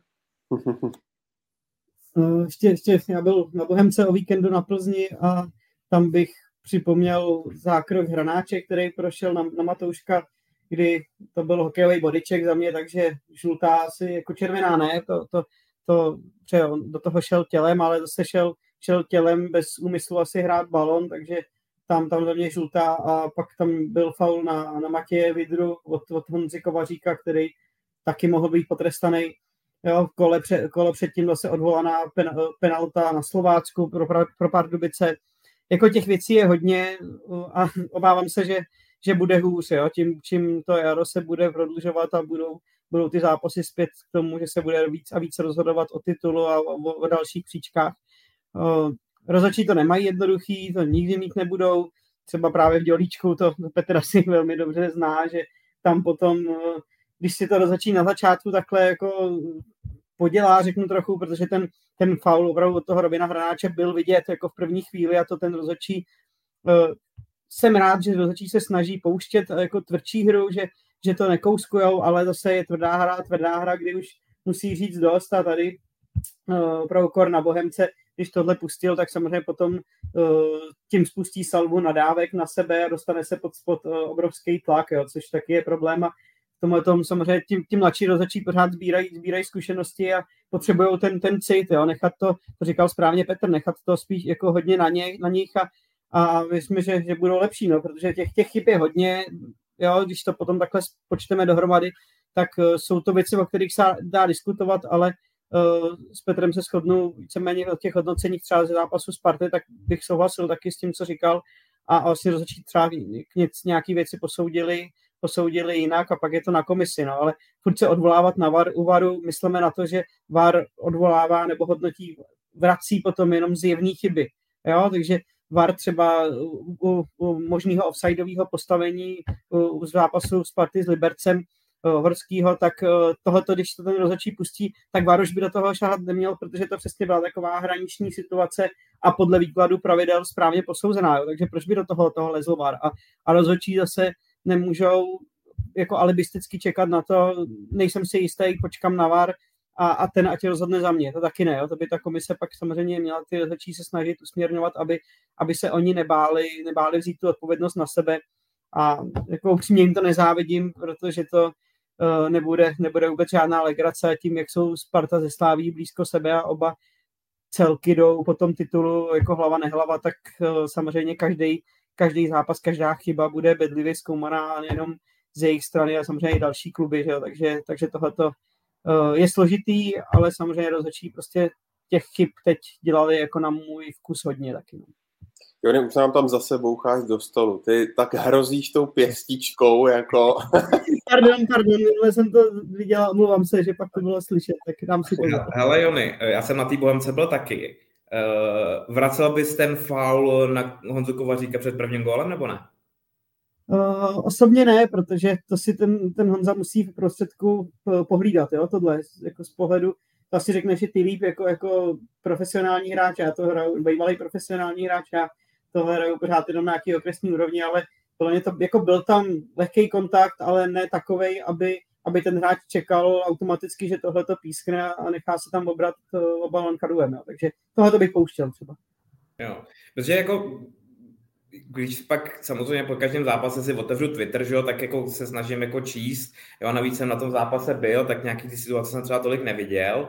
Ještě já byl na Bohemce o víkendu na Plzni a tam bych připomněl zákrok Hranáček, který prošel na Matouška, kdy to byl hokejový bodyček za mě, takže žlutá asi jako červená ne, to do toho šel tělem, ale zase šel tělem bez úmyslu asi hrát balon, takže tam za mě žlutá a pak tam byl faul na Matěje Vydru od Honzy Kovaříka, který taky mohl být potrestaný. Jo, kole předtím zase odvolaná penalta na Slovácku pro Pardubice. Jako těch věcí je hodně a obávám se, že bude hůř. Jo? Čím to jaro se bude prodlužovat a budou ty zápasy zpět k tomu, že se bude víc a víc rozhodovat o titulu a o dalších příčkách. Rozhodčí to nemají jednoduchý, to nikdy mít nebudou. Třeba právě v Dělíčku to Petr asi velmi dobře zná, že tam potom, když si to rozhodčí na začátku takhle jako podělá, řeknu trochu, protože ten faul opravdu od toho Robina Hranáče byl vidět jako v první chvíli a to ten rozhodčí, jsem rád, že rozhodčí se snaží pouštět jako tvrdší hru, že to nekouskujou, ale zase je tvrdá hra, kdy už musí říct dost a tady opravdu kor na Bohemce, když tohle pustil, tak samozřejmě potom tím spustí salvu nadávek na sebe a dostane se pod obrovský tlak, jo, což taky je problém a tom samozřejmě tím mladší rozhodčí pořád sbírají zkušenosti a potřebují ten cit, jo, nechat to říkal správně Petr, nechat to spíš jako hodně na nich a věříme, že budou lepší, no, protože těch chyb je hodně, jo, když to potom takhle počteme dohromady, tak jsou to věci, o kterých se dá diskutovat, ale s Petrem se shodnu víceméně o těch hodnoceních třeba ze zápasu Sparty, tak bych souhlasil taky s tím, co říkal a vlastně rozhodčí třeba nějaký věci posoudili jinak a pak je to na komisi, no, ale furt se odvolávat na VAR, u VARu myslíme na to, že VAR odvolává nebo hodnotí, vrací potom jenom zjevné chyby, jo, takže VAR třeba u možného offsideového postavení u zápasu Sparty s Libercem Horskýho, tak tohoto, když to ten rozhodčí pustí, tak VAR už by do toho šahat neměl, protože to přesně byla taková hraniční situace a podle výkladu pravidel správně posouzená, jo, takže proč by do toho lezl VAR a rozhodčí zase nemůžou jako alibisticky čekat na to, nejsem si jistý, počkám na VAR a ten ať rozhodne za mě, to taky ne, jo? To by ta komise pak samozřejmě měla ty rozhodčí se snažit usměrňovat, aby se oni nebáli vzít tu odpovědnost na sebe a jako upřímně jim to nezávidím, protože to nebude vůbec žádná legrace tím, jak jsou Sparta ze Sláví blízko sebe a oba celky jdou po tom titulu jako hlava nehlava, tak samozřejmě každý zápas, každá chyba bude bedlivě zkoumaná nejenom z jejich strany a samozřejmě i další kluby, že jo? Takže tohleto je složitý, ale samozřejmě rozhodčí prostě těch chyb teď dělali jako na můj vkus hodně taky. No. Jo, už nám tam zase boucháš do stolu. Ty tak hrozíš tou pěstičkou, jako... Pardon, jsem to viděla, omlouvám se, že pak to bylo slyšet, tak dám si pozor. Hele Jony, já jsem na té Bohemce byl taky. Vracel bys ten faul na Honzu Kovaříka před prvním gólem, nebo ne? Osobně ne, protože to si ten Honza musí v prostředku pohlídat, jo, tohle, jako z pohledu, to asi řekneš, že ty líp jako profesionální hráč, já to hraju, bývalý profesionální hráč, já to hraju pořád jenom na nějaký okresní úrovni, ale podle mě to, jako byl tam lehký kontakt, ale ne takovej, aby ten hráč čekal automaticky, že tohle to pískne a nechá se tam obrat o balon kaduem, jo. Takže tohle to bych pouštěl třeba. Jo, protože jako když pak samozřejmě po každém zápase si otevřu Twitter, že jo, tak jako se snažím jako číst, jo, navíc jsem na tom zápase byl, tak nějaký ty situace jsem třeba tolik neviděl,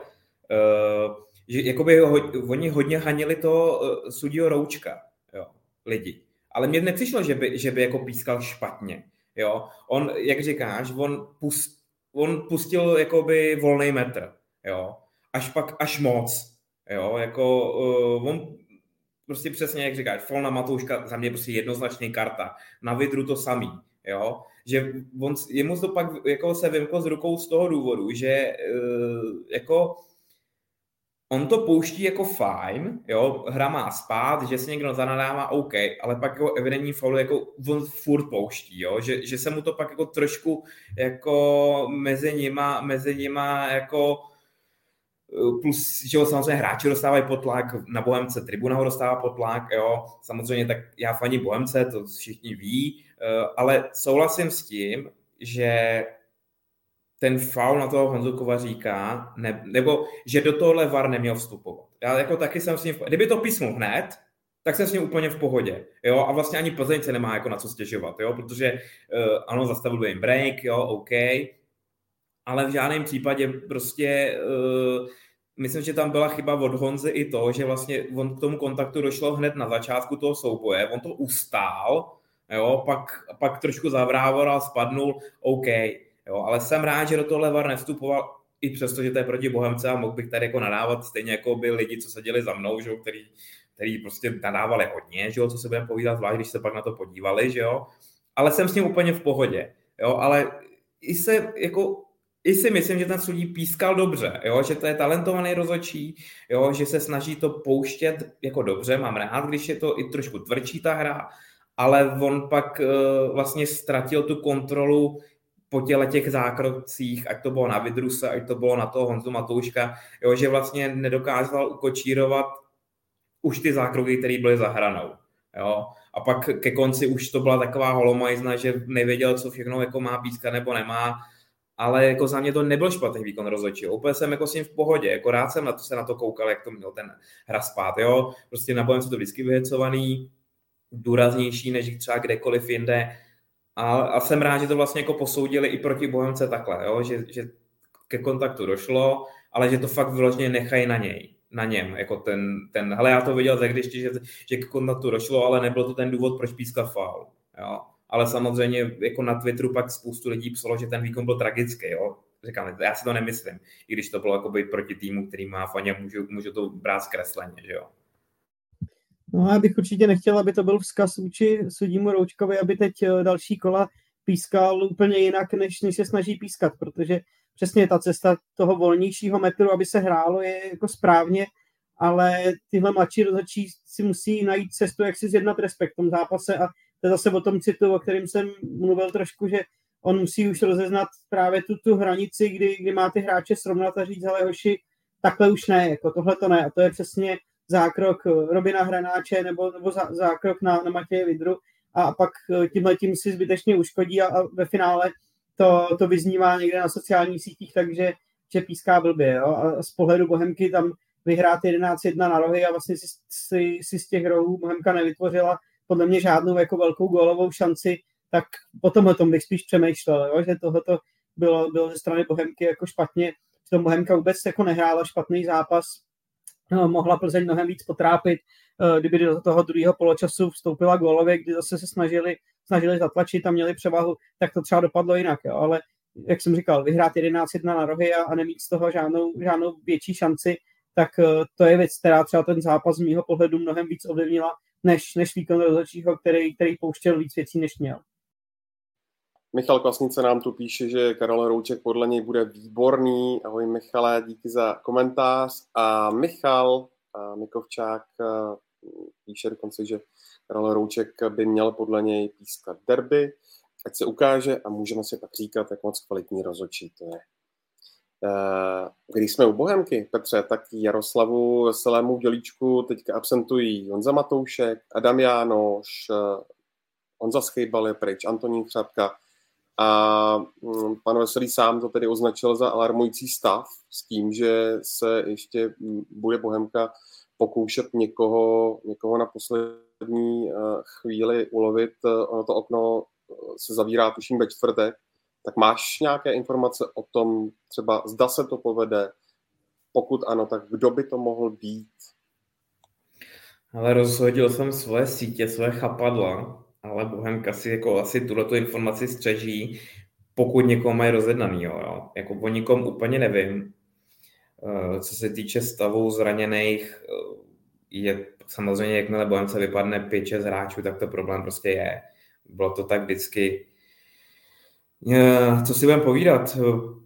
že jakoby oni hodně hanili to sudího Roučka, jo, lidi. Ale mně nepřišlo, že by jako pískal špatně, jo. On, jak říkáš, on pustil jakoby volný metr, jo. Až moc, jo, jako on prostě přesně, jak říkáš, faul na Matouška za mě prostě jednoznačný karta. Na Vydru to samý, jo. Že jemu to pak jako se vymklo z rukou z toho důvodu, že jako on to pouští jako fajn, jo, hra má spát, že si někdo zanadává OK, ale pak jako evidentní faul jako on furt pouští, jo, že se mu to pak jako trošku jako mezi nima jako plus, že ho samozřejmě hráči dostávají pod tlak, na Bohemce tribuna ho dostává pod tlak, jo, samozřejmě tak já faním Bohemce, to všichni ví, ale souhlasím s tím, že ten faul na toho Honzu Kovaříka, nebo že do tohohle VAR neměl vstupovat. Já jako taky jsem s ním, kdyby to písnul hned, tak jsem s ním úplně v pohodě, jo, a vlastně ani Plzeň se nemá jako na co stěžovat, jo, protože ano, zastavil jim break, jo, OK, ale v žádném případě prostě myslím, že tam byla chyba od Honzy i to, že vlastně on k tomu kontaktu došlo hned na začátku toho souboje, on to ustál, jo, pak trošku zavrával, spadnul, OK, jo, ale jsem rád, že do toho VAR nevstupoval, i přesto, že to je proti Bohemce a mohl bych tady jako nadávat stejně jako by lidi, co seděli za mnou, že jo, který prostě nadávali hodně, že jo, co se budeme povídat, zvlášť, když se pak na to podívali, že jo, ale jsem s ním úplně v pohodě, jo, ale i si myslím, že ten sudí pískal dobře, jo, že to je talentovaný rozhodčí, jo, že se snaží to pouštět jako dobře, mám rád, když je to i trošku tvrdší ta hra, ale on pak vlastně ztratil tu kontrolu po těch zákrocích, ať to bylo na Vydruse, ať to bylo na toho Honzu Matouška, jo, že vlastně nedokázal ukočírovat už ty zákroky, které byly za hranou. Jo. A pak ke konci už to byla taková holomajzna, že nevěděl, co všechno jako má pískat nebo nemá, ale jako za mě to nebyl špatný výkon rozhodčího. Úplně jsem jako s ním v pohodě, jako rád jsem se na to koukal, jak to měl ten hra spát, jo. Prostě na Bohemce to vždycky vyhecovaný, důraznější než třeba kdekoliv jinde. A jsem rád, že to vlastně jako posoudili i proti Bohemce takhle, jo? Že ke kontaktu došlo, ale že to fakt vyloženě nechají na něm, jako ten hele, já to viděl tak ještě, že ke kontaktu došlo, ale nebyl to ten důvod, proč pískat faul, jo? Ale samozřejmě jako na Twitteru pak spoustu lidí psalo, že ten výkon byl tragický, jo? Říkám, já si to nemyslím, i když to bylo jako být proti týmu, který má faně, můžu to brát zkresleně, že jo? No já bych určitě nechtěl, aby to byl vzkaz vůči sudímu Roučkovi, aby teď další kola pískal úplně jinak, než se snaží pískat, protože přesně ta cesta toho volnějšího metru, aby se hrálo, je jako správně, ale tyhle mladší rozhodčí si musí najít cestu, jak si zjednat respekt v tom zápase a to je zase o tom citu, o kterém jsem mluvil trošku, že on musí už rozeznat právě tu hranici, kdy má ty hráče srovnat a říct, hele hoši, takhle už ne, jako tohle to ne a to je přesně zákrok Robina Hranáče nebo zákrok na Matěje Vydru a pak tímhletím si zbytečně uškodí a ve finále to vyznívá někde na sociálních sítích, takže že píská blbě. Jo? A z pohledu Bohemky tam vyhrát 11-1 na rohy a vlastně si z těch rohů Bohemka nevytvořila podle mě žádnou jako velkou gólovou šanci, tak po tomhle tom bych spíš přemýšlel, jo? Že tohleto bylo ze strany Bohemky jako špatně, že to Bohemka vůbec jako nehrála špatný zápas, mohla Plzeň mnohem víc potrápit, kdyby do toho druhého poločasu vstoupila gólově, kdy zase se snažili zatlačit a měli převahu, tak to třeba dopadlo jinak, jo? Ale jak jsem říkal, vyhrát 11-1 na rohy a nemít z toho žádnou větší šanci, tak to je věc, která třeba ten zápas z mýho pohledu mnohem víc ovlivnila, než výkon rozhodčího, který pouštěl víc věcí, než měl. Michal Kvasnice nám tu píše, že Karel Rouček podle něj bude výborný. Ahoj Michale, díky za komentář. A Michal Mikovčák píše dokonce, že Karel Rouček by měl podle něj pískat derby, ať se ukáže a můžeme si pak říkat, jak moc kvalitní rozhodčí to je. Když jsme u Bohemky, Petře, tak Jaroslavu Veselému dělíčku teďka absentují Honza Matoušek, Adam Jánoš, Honza Schejbal je pryč, Antonín Chřapka a pan Veselý sám to tedy označil za alarmující stav s tím, že se ještě bude Bohemka pokoušet někoho na poslední chvíli ulovit. Ono to okno se zavírá tuším ve čtvrtek. Tak máš nějaké informace o tom, třeba zda se to povede? Pokud ano, tak kdo by to mohl být? Ale rozhodil jsem svoje sítě, své chapadla, ale Bohemka si jako asi tuhletu informaci střeží, pokud někoho mají rozjednaný. Jo. Jako o nikom úplně nevím. Co se týče stavu zraněných, je samozřejmě, jakmile Bohemce vypadne 5-6 hráčů, tak to problém prostě je. Bylo to tak vždycky. Co si budeme povídat?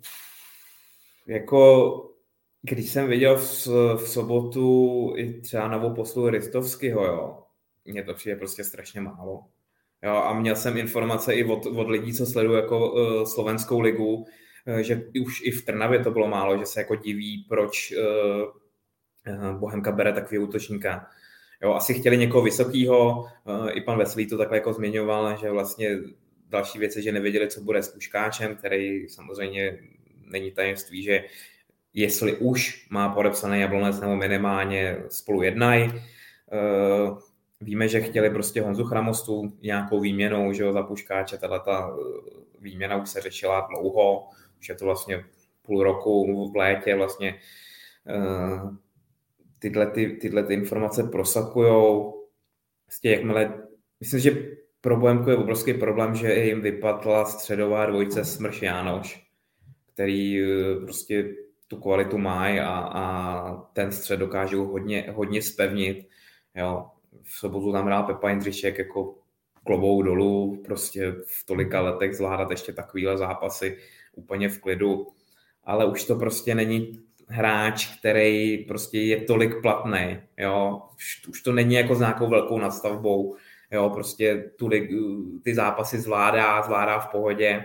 Jako, když jsem viděl v sobotu i třeba novou poslu Ristovského, jo, mně to přijde prostě strašně málo. Jo, a měl jsem informace i od lidí, co sledují jako slovenskou ligu, že už i v Trnavě to bylo málo, že se jako diví, proč Bohemka bere takový útočníka. Jo, asi chtěli někoho vysokýho, i pan Veselý to takhle jako zmiňoval, že vlastně další věc je, že nevěděli, co bude s Puškáčem, který samozřejmě není tajemství, že jestli už má podepsaný Jablonec nebo minimálně spolu jednají. Víme, že chtěli prostě Honzu Chramostu nějakou výměnou, že jo, za Puškáče. Tato výměna už se řešila dlouho, už je to vlastně půl roku v létě vlastně tyhle ty informace prosakujou. Jakmile, myslím, že pro Bohemku je obrovský problém, že jim vypadla středová dvojice Smrš Jánoš, který prostě tu kvalitu mají a ten střed dokážou hodně zpevnit. Jo. V sobotu tam hrál Pepa Jindřišek jako klobouk dolů, prostě v tolika letech zvládat ještě takovýhle zápasy úplně v klidu, ale už to prostě není hráč, který prostě je tolik platný, jo, už to není jako s nějakou velkou nadstavbou, jo, prostě ty zápasy zvládá v pohodě,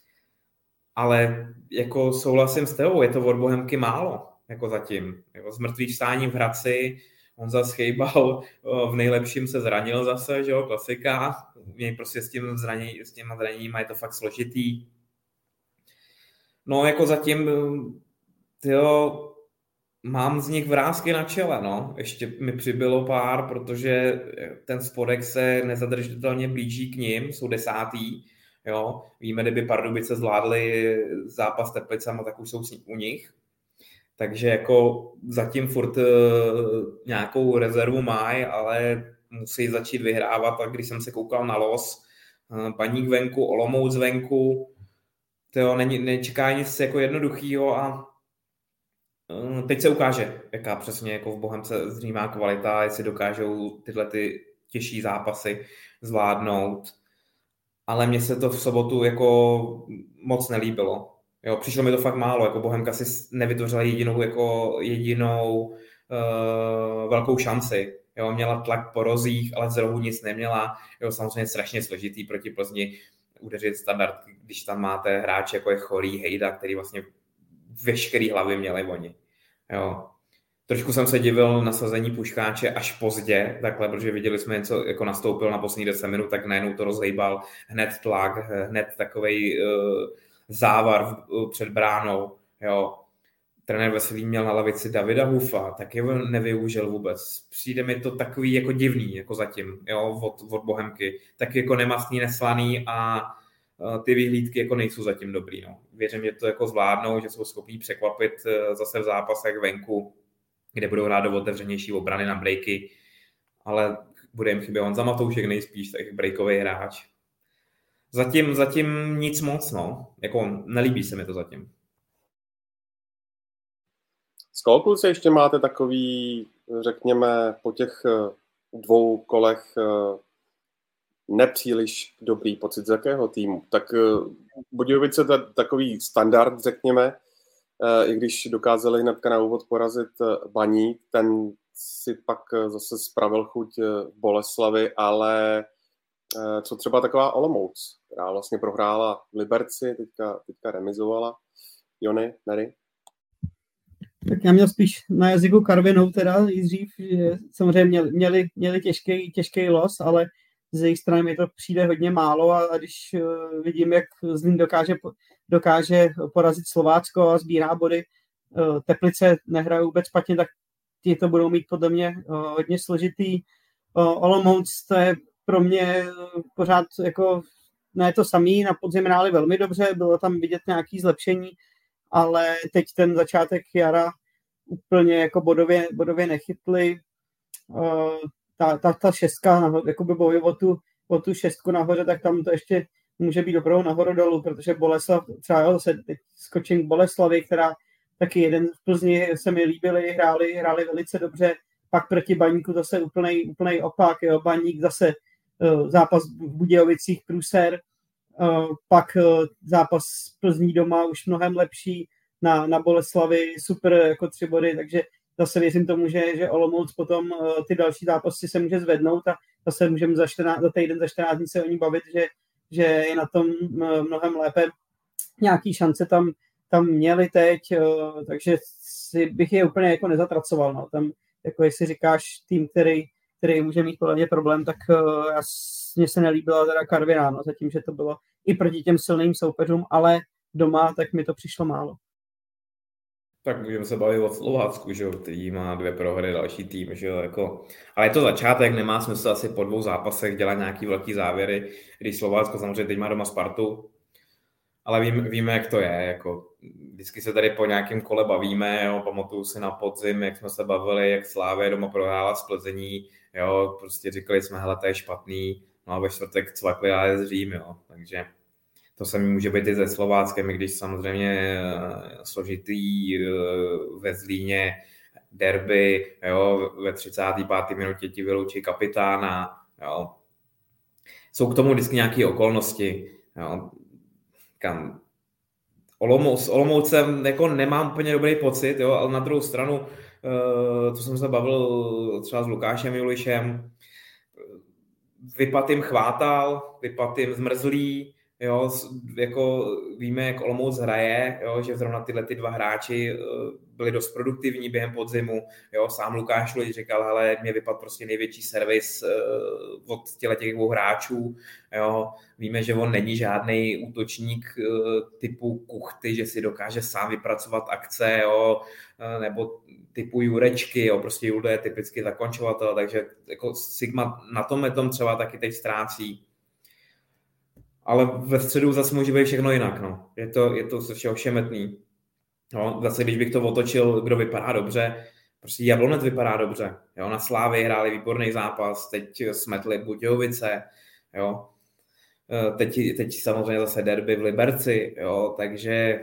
ale jako souhlasím s tebou, je to od Bohemky málo, jako zatím, jako z mrtvých vstání v Hradci, on zase chejbal, v nejlepším se zranil zase, že jo, klasika, měj prostě s těma zraněníma je to fakt složitý. No jako zatím, tyjo, mám z nich vrásky na čele, no. Ještě mi přibylo pár, protože ten spodek se nezadržitelně blíží k ním, jsou 10. Jo. Víme, kdyby Pardubice zvládli zápas s Teplicama, tak už jsou u nich. Takže jako zatím furt nějakou rezervu mají, ale musí začít vyhrávat. A když jsem se koukal na los, Baník venku, Olomouc venku, to nečeká nic jako jednoduchýho a teď se ukáže, jaká přesně jako v Bohemce zřímá kvalita, jestli dokážou tyhle ty těžší zápasy zvládnout. Ale mně se to v sobotu jako moc nelíbilo. Jo, přišlo mi to fakt málo, jako Bohemka si nevytvořila jedinou velkou šanci. Jo, měla tlak po rozích, ale z rohu nic neměla. Jo, samozřejmě strašně složitý proti Plzni udeřit standard, když tam máte hráče jako je Chorý, Hejda, který vlastně veškerý hlavy měli oni. Jo. Trošku jsem se divil nasazení Puškáče až pozdě, takhle, protože viděli jsme něco, jako nastoupil na poslední 10 minut, tak najednou to rozhejbal, hned tlak, hned takovej závar před bránou. Jo. Trenér Veselý měl na lavici Davida Hufa, tak je nevyužil vůbec. Přijde mi to takový jako divný, jako zatím, jo, od Bohemky. Tak jako nemastný, neslaný a ty vyhlídky jako nejsou zatím dobrý. No. Věřím, že to jako zvládnou, že jsou schopní překvapit zase v zápasech venku, kde budou hrát do otevřenější obrany na breaky, ale bude jim chybět Honza Matoušek nejspíš, tak breakový hráč. Zatím nic moc, no. Jako nelíbí se mi to zatím. Z koho kluci ještě máte takový, řekněme, po těch 2 kolech nepříliš dobrý pocit z jakého týmu? Tak Budějovice to je takový standard, řekněme, i když dokázali hnedka na úvod porazit Baník, ten si pak zase spravil chuť v Boleslavi, ale co třeba taková Olomouc, která vlastně prohrála v Liberci, teďka remizovala. Jony, Mary? Tak já měl spíš na jazyku Karvinou teda i dřív, že samozřejmě měli těžký los, ale z jejich strany mi to přijde hodně málo a když vidím, jak Zlín dokáže porazit Slovácko a sbírá body, Teplice nehrají vůbec špatně, tak ti to budou mít podle mě hodně složitý. Olomouc, to je pro mě pořád jako ne to samý, na podzim hráli velmi dobře, bylo tam vidět nějaké zlepšení, ale teď ten začátek jara úplně jako bodově nechytli. Ta 6 jakoby boj o tu 6 nahoře, tak tam to ještě může být dobrou nahoru dolů, protože Boleslav, třeba zase skočím k Boleslavi, která taky jeden v Plzni se mi líbili, hráli velice dobře, pak proti Baníku zase úplnej opak, jo, Baník zase zápas v Budějovicích průser, pak zápas Plzní doma už mnohem lepší, na Boleslavi super jako 3 body, takže zase věřím tomu, že Olomouc potom ty další zápasy se může zvednout a zase můžeme za týden, za 14 dní se o ní bavit, že je na tom mnohem lépe. Nějaký šance tam měli teď, takže bych je úplně jako nezatracoval. No. Tam, jako jestli říkáš tým, který může mít podle mě problém, tak mně se nelíbila teda Karviná, no, zatím, že to bylo i proti těm silným soupeřům, ale doma, tak mi to přišlo málo. Tak můžeme se bavit o Slovácku, že jo, který má 2 prohry, další tým, že jo, jako... Ale je to začátek, nemá smysl asi po 2 zápasech dělat nějaký velký závěry, když Slovácko samozřejmě teď má doma Spartu, ale víme, jak to je, jako vždycky se tady po nějakém kole bavíme, jo, pamatuju si na podzim, jak jsme se bavili, jak Slavia doma prohrála z Plzení, jo, prostě říkali jsme, hele, to je špatný, no a ve čtvrtek cvakli AS Řím, jo, takže to samý může být i se Slováckem, i když samozřejmě složitý ve Zlíně derby, jo, ve 35. minutě ti vyloučí kapitána, jo. Jsou k tomu vždycky nějaké okolnosti, jo. Olomoucem jako nemám úplně dobrý pocit, jo, ale na druhou stranu, to jsem se bavil třeba s Lukášem Julišem, vypad jim Chvátal, vypad jim Zmrzlý, jo, jako víme, jak Olomouc hraje, jo, že zrovna tyhle ty dva hráči byli dost produktivní během podzimu, jo, sám Lukáš Luliš říkal, hele, mě vypadl prostě největší servis od těch dvou hráčů, jo, víme, že on není žádný útočník typu Kuchty, že si dokáže sám vypracovat akce, jo, nebo typu Jurečky, jo, prostě Julda je typicky zakončovatel, takže jako Sigma na tom třeba taky teď ztrácí. Ale ve středu zase může být všechno jinak, no. Je to se ošemetný. No, zase když bych to otočil, kdo vypadá dobře, prostě Jablonec vypadá dobře. Jo, na Slávii hráli výborný zápas, teď smetli Budějovice, jo. Teď samozřejmě zase derby v Liberci, jo, takže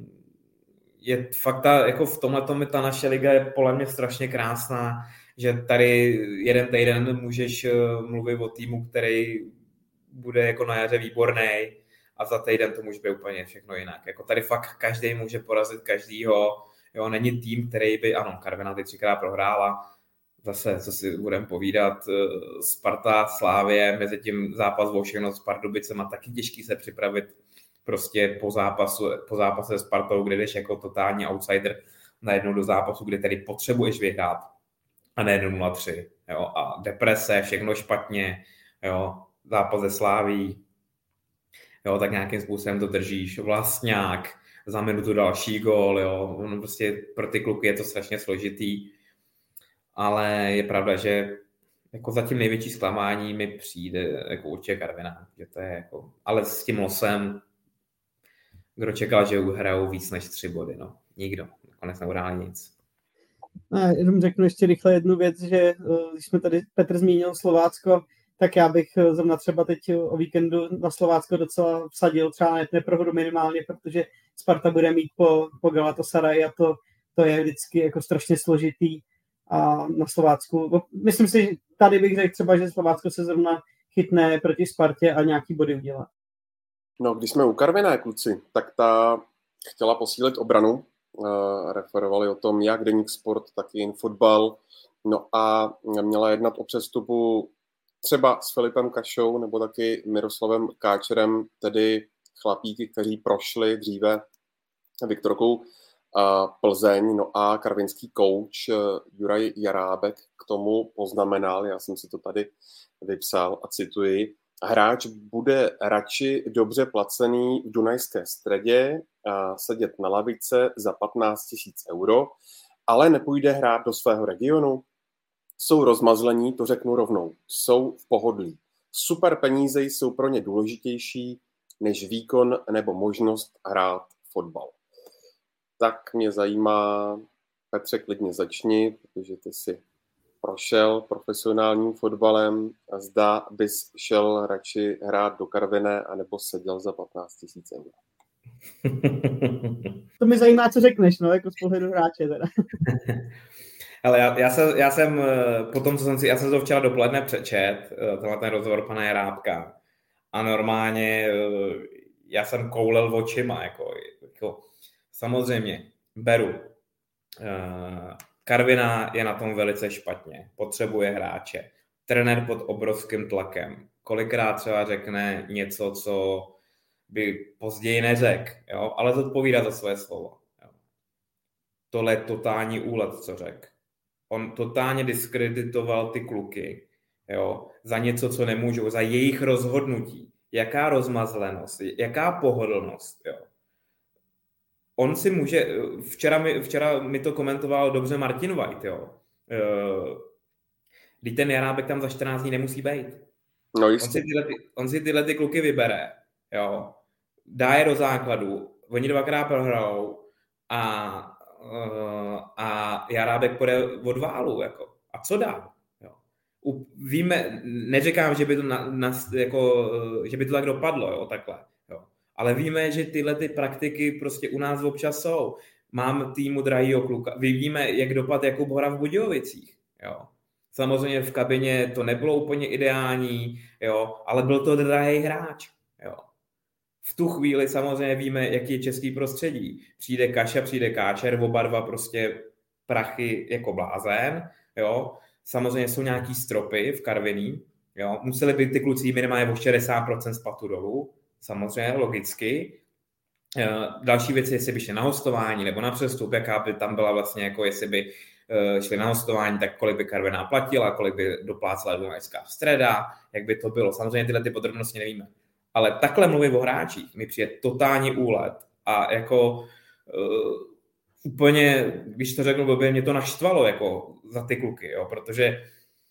je fakt jako v tomhletom ta naše liga je podle mě strašně krásná, že tady jeden týden můžeš mluvit o týmu, který bude jako na jaře výborný a za týden to může být úplně všechno jinak. Jako tady fakt každý může porazit každýho. Jo, není tým, který by, ano, Karviná teď 3krát prohrála, zase, co si budeme povídat, Sparta, Slávie, mezi tím zápas o všechno s Pardubicem a taky těžký se připravit prostě po zápase s Spartou, kde jdeš jako totální outsider najednou do zápasu, kde tady potřebuješ vyhrát a ne 0-3. Jo, a deprese, všechno špatně, jo, zápas ze Sláví, jo, tak nějakým způsobem to držíš. Vlastňák, za minutu další gól, jo, ono prostě pro ty kluky je to strašně složitý, ale je pravda, že jako zatím největší zklamání mi přijde jako určitě Karviná, že to je jako, ale s tím losem, kdo čekal, že uhrajou víc než 3 body, no, nikdo, nakonec neuhráli nic. Ne, jenom řeknu ještě rychle jednu věc, že když jsme tady Petr zmínil Slovácko, tak já bych zrovna třeba teď o víkendu na Slovácko docela vsadil třeba neprohru minimálně, protože Sparta bude mít po Galatasaray a to je vždycky jako strašně složitý a na Slovácku. Myslím si, že tady bych řekl třeba, že Slovácko se zrovna chytne proti Spartě a nějaký body udělá. No, když jsme u Karviné, kluci, tak ta chtěla posílit obranu. Referovali o tom jak Deník Sport, tak i Infotbal. No a měla jednat o přestupu třeba s Filipem Kašou nebo taky Miroslavem Káčerem, tedy chlapíky, kteří prošli dříve Viktorkou Plzeň, no a karvinský kouč Juraj Jarábek k tomu poznamenal, já jsem si to tady vypsal a cituji, hráč bude radši dobře placený v Dunajské Středě, sedět na lavice za 15 000 euro, ale nepůjde hrát do svého regionu. Jsou rozmazlení, to řeknu rovnou. Jsou v pohodlí. Super peníze jsou pro ně důležitější než výkon nebo možnost hrát fotbal. Tak mě zajímá, Petře, klidně začni, protože ty si prošel profesionálním fotbalem a zda bys šel radši hrát do Karviné anebo seděl za 15 000 eur. To mi zajímá, co řekneš, no, jako z pohledu hráče teda. Ale já jsem po tom, co já jsem to včera dopoledne přečet, ten rozhovor pana Jarábka, a normálně já jsem koulel očima, jako samozřejmě beru. Karviná je na tom velice špatně, potřebuje hráče. Trenér pod obrovským tlakem. Kolikrát třeba řekne něco, co by později neřekl, jo? Ale zodpovídá za své slovo. Jo? Tohle je totální úlet, co řekl. On totálně diskreditoval ty kluky, jo? Za něco, co nemůžou, za jejich rozhodnutí. Jaká rozmazlenost, jaká pohodlnost, jo? On si může, včera mi to komentoval dobře Martin White, jo. Když ten Jarábek tam za 14 dní nemusí být. No on si tyhle ty kluky vybere, jo. Dá je do základu, oni dvakrát prohrajou a Járábek půjde od válu, jako. A co dál? Jo. Víme, neříkám, že by to že by to tak dopadlo, jo, takhle. Jo. Ale víme, že tyhle ty praktiky prostě u nás občas jsou. Mám týmu drahýho kluka. Víme, jak dopadl Jakub Hora v Budějovicích. Jo. Samozřejmě v kabině to nebylo úplně ideální, jo, ale byl to drahý hráč. Jo. V tu chvíli samozřejmě víme, jaký je český prostředí. Přijde Kaša, přijde Káčer, oba dva prostě prachy jako blázen. Jo. Samozřejmě jsou nějaký stropy v Karviní. Jo. Museli by ty kluci minimálně o 60% z platu dolů. Samozřejmě, logicky. Další věc je, jestli by šli na hostování nebo na přestup, jaká by tam byla vlastně, jako jestli by šli na hostování, tak kolik by Karviná platila, kolik by doplácela Dunajská Streda, jak by to bylo. Samozřejmě tyhle ty podrobnosti nevíme. Ale takhle mluvit o hráčích mi přijde totální úlet a jako úplně, když to řeknu blbě, mě to naštvalo jako za ty kluky, jo, protože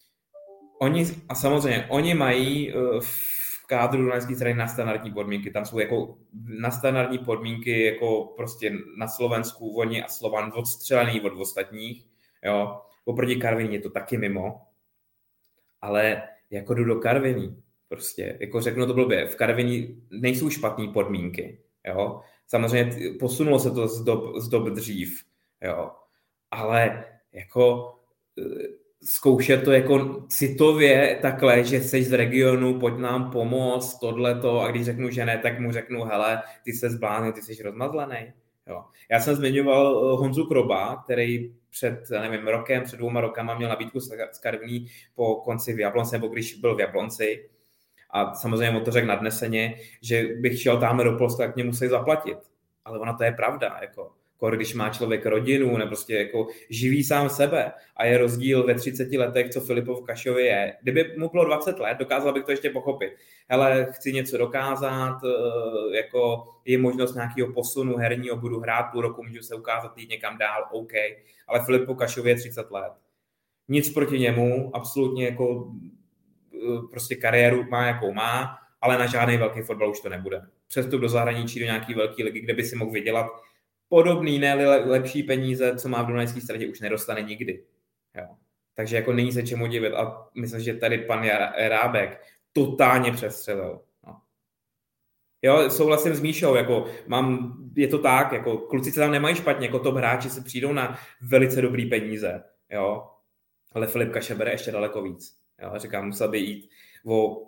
oni mají v kádru Dunajské Stredy na standardní podmínky, tam jsou jako na standardní podmínky jako prostě na Slovensku oni a Slovan odstřelený od ostatních, jo, oproti Karviní je to taky mimo, ale jako jdu do Karviní, prostě, jako řeknu to blbě, v Karviní nejsou špatné podmínky, jo, samozřejmě posunulo se to z dob dřív, jo, ale jako zkoušet to jako citově takhle, že jsi z regionu, pojď nám pomoct, tohleto, a když řeknu, že ne, tak mu řeknu, hele, ty jsi zbláznil, ty jsi rozmazlený. Jo. Já jsem zmiňoval Honzu Kroba, který před 2 rokama měl nabídku z Karviní po konci v Jablonci, nebo když byl v Jablonci. A samozřejmě on to řekl nadneseně, že bych šel tam do Polska, tak mě musí zaplatit. Ale ona to je pravda, jako když má člověk rodinu, nebo prostě jako živí sám sebe a je rozdíl ve 30 letech, co Filipov Kašovi je. Kdyby mu bylo 20 let, dokázal bych to ještě pochopit. Hele, chci něco dokázat, jako je možnost nějakého posunu herního, budu hrát půl roku, můžu se ukázat, jít někam dál, OK. Ale Filipov Kašovi je 30 let. Nic proti němu, absolutně jako prostě kariéru má, jakou má, ale na žádný velký fotbal už to nebude. Přestup do zahraničí, do nějaký velké ligy, kde by si mohl vydělat podobný, ne lepší peníze, co má v Dunajské Stradě, už nedostane nikdy. Jo. Takže jako není se čemu divit a myslím, že tady pan Járábek totálně přestřelil. No. Jo, souhlasím s Míšou, jako je to tak, jako kluci se tam nemají špatně, jako top hráči se přijdou na velice dobrý peníze, jo. Ale Filip Kaša bere ještě daleko víc. Jo. Říkám, musel by jít o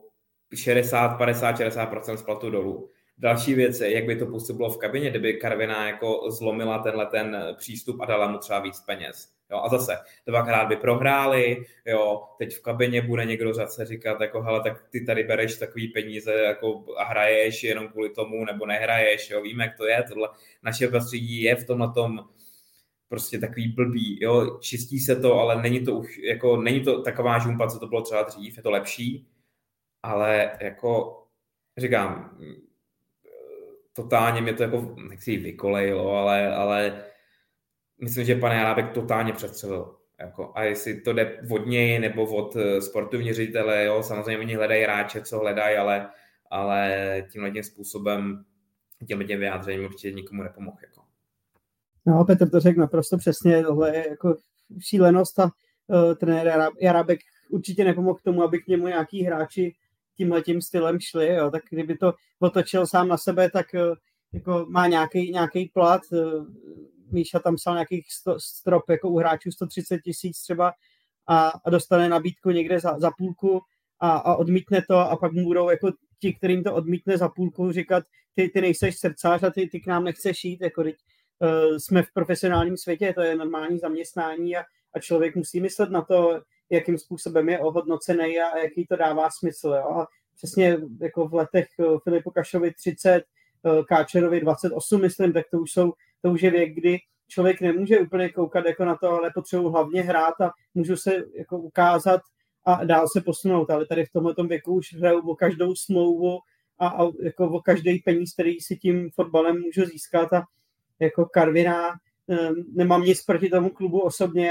60% z platu dolů. Další věc je, jak by to působilo v kabině, kdyby Karviná jako zlomila ten přístup a dala mu třeba víc peněz. Jo, a zase, 2krát by prohráli, jo, teď v kabině bude někdo zase říkat, jako hele, tak ty tady bereš takový peníze jako, a hraješ jenom kvůli tomu, nebo nehraješ, jo, víme, jak to je, tohle naše prostředí je v tomhletom prostě takový blbý, jo, čistí se to, ale není to taková žumpa, co to bylo třeba dřív, je to lepší, ale jako říkám, totálně mě to jako, nechci vykolejilo, ale myslím, že pan Járábek totálně přestřelil. Jako, a jestli to jde od něj nebo od sportovní ředitele, jo, samozřejmě oni hledají hráče, co hledají, ale tímhle způsobem, tímhle vyjádřením určitě nikomu nepomohl. Jako. No, Petr to řekl naprosto přesně, tohle je jako šílenost a trenér Járábek určitě nepomohl k tomu, aby k němu nějaký hráči tímhletím stylem šli, jo, tak kdyby to otočil sám na sebe, tak jako má nějaký plat, Míša tam psal nějakých strop jako u hráčů 130 000 třeba a dostane nabídku někde za půlku a odmítne to a pak mu budou jako ti, kterým to odmítne za půlku, říkat, ty nejseš srdcář a ty k nám nechceš jít, jako jsme v profesionálním světě, to je normální zaměstnání a člověk musí myslet na to, jakým způsobem je ohodnocený a jaký to dává smysl. Jo? A přesně jako v letech Filipu Kašovi 30, Káčerovi 28, myslím, tak to už je věk, kdy člověk nemůže úplně koukat jako na to, ale potřebuji hlavně hrát a můžu se jako ukázat a dál se posunout. Ale tady v tomhletom věku už hraju o každou smlouvu a jako o každý peníz, který si tím fotbalem můžu získat a jako Karviná, nemám nic proti tomu klubu osobně, ale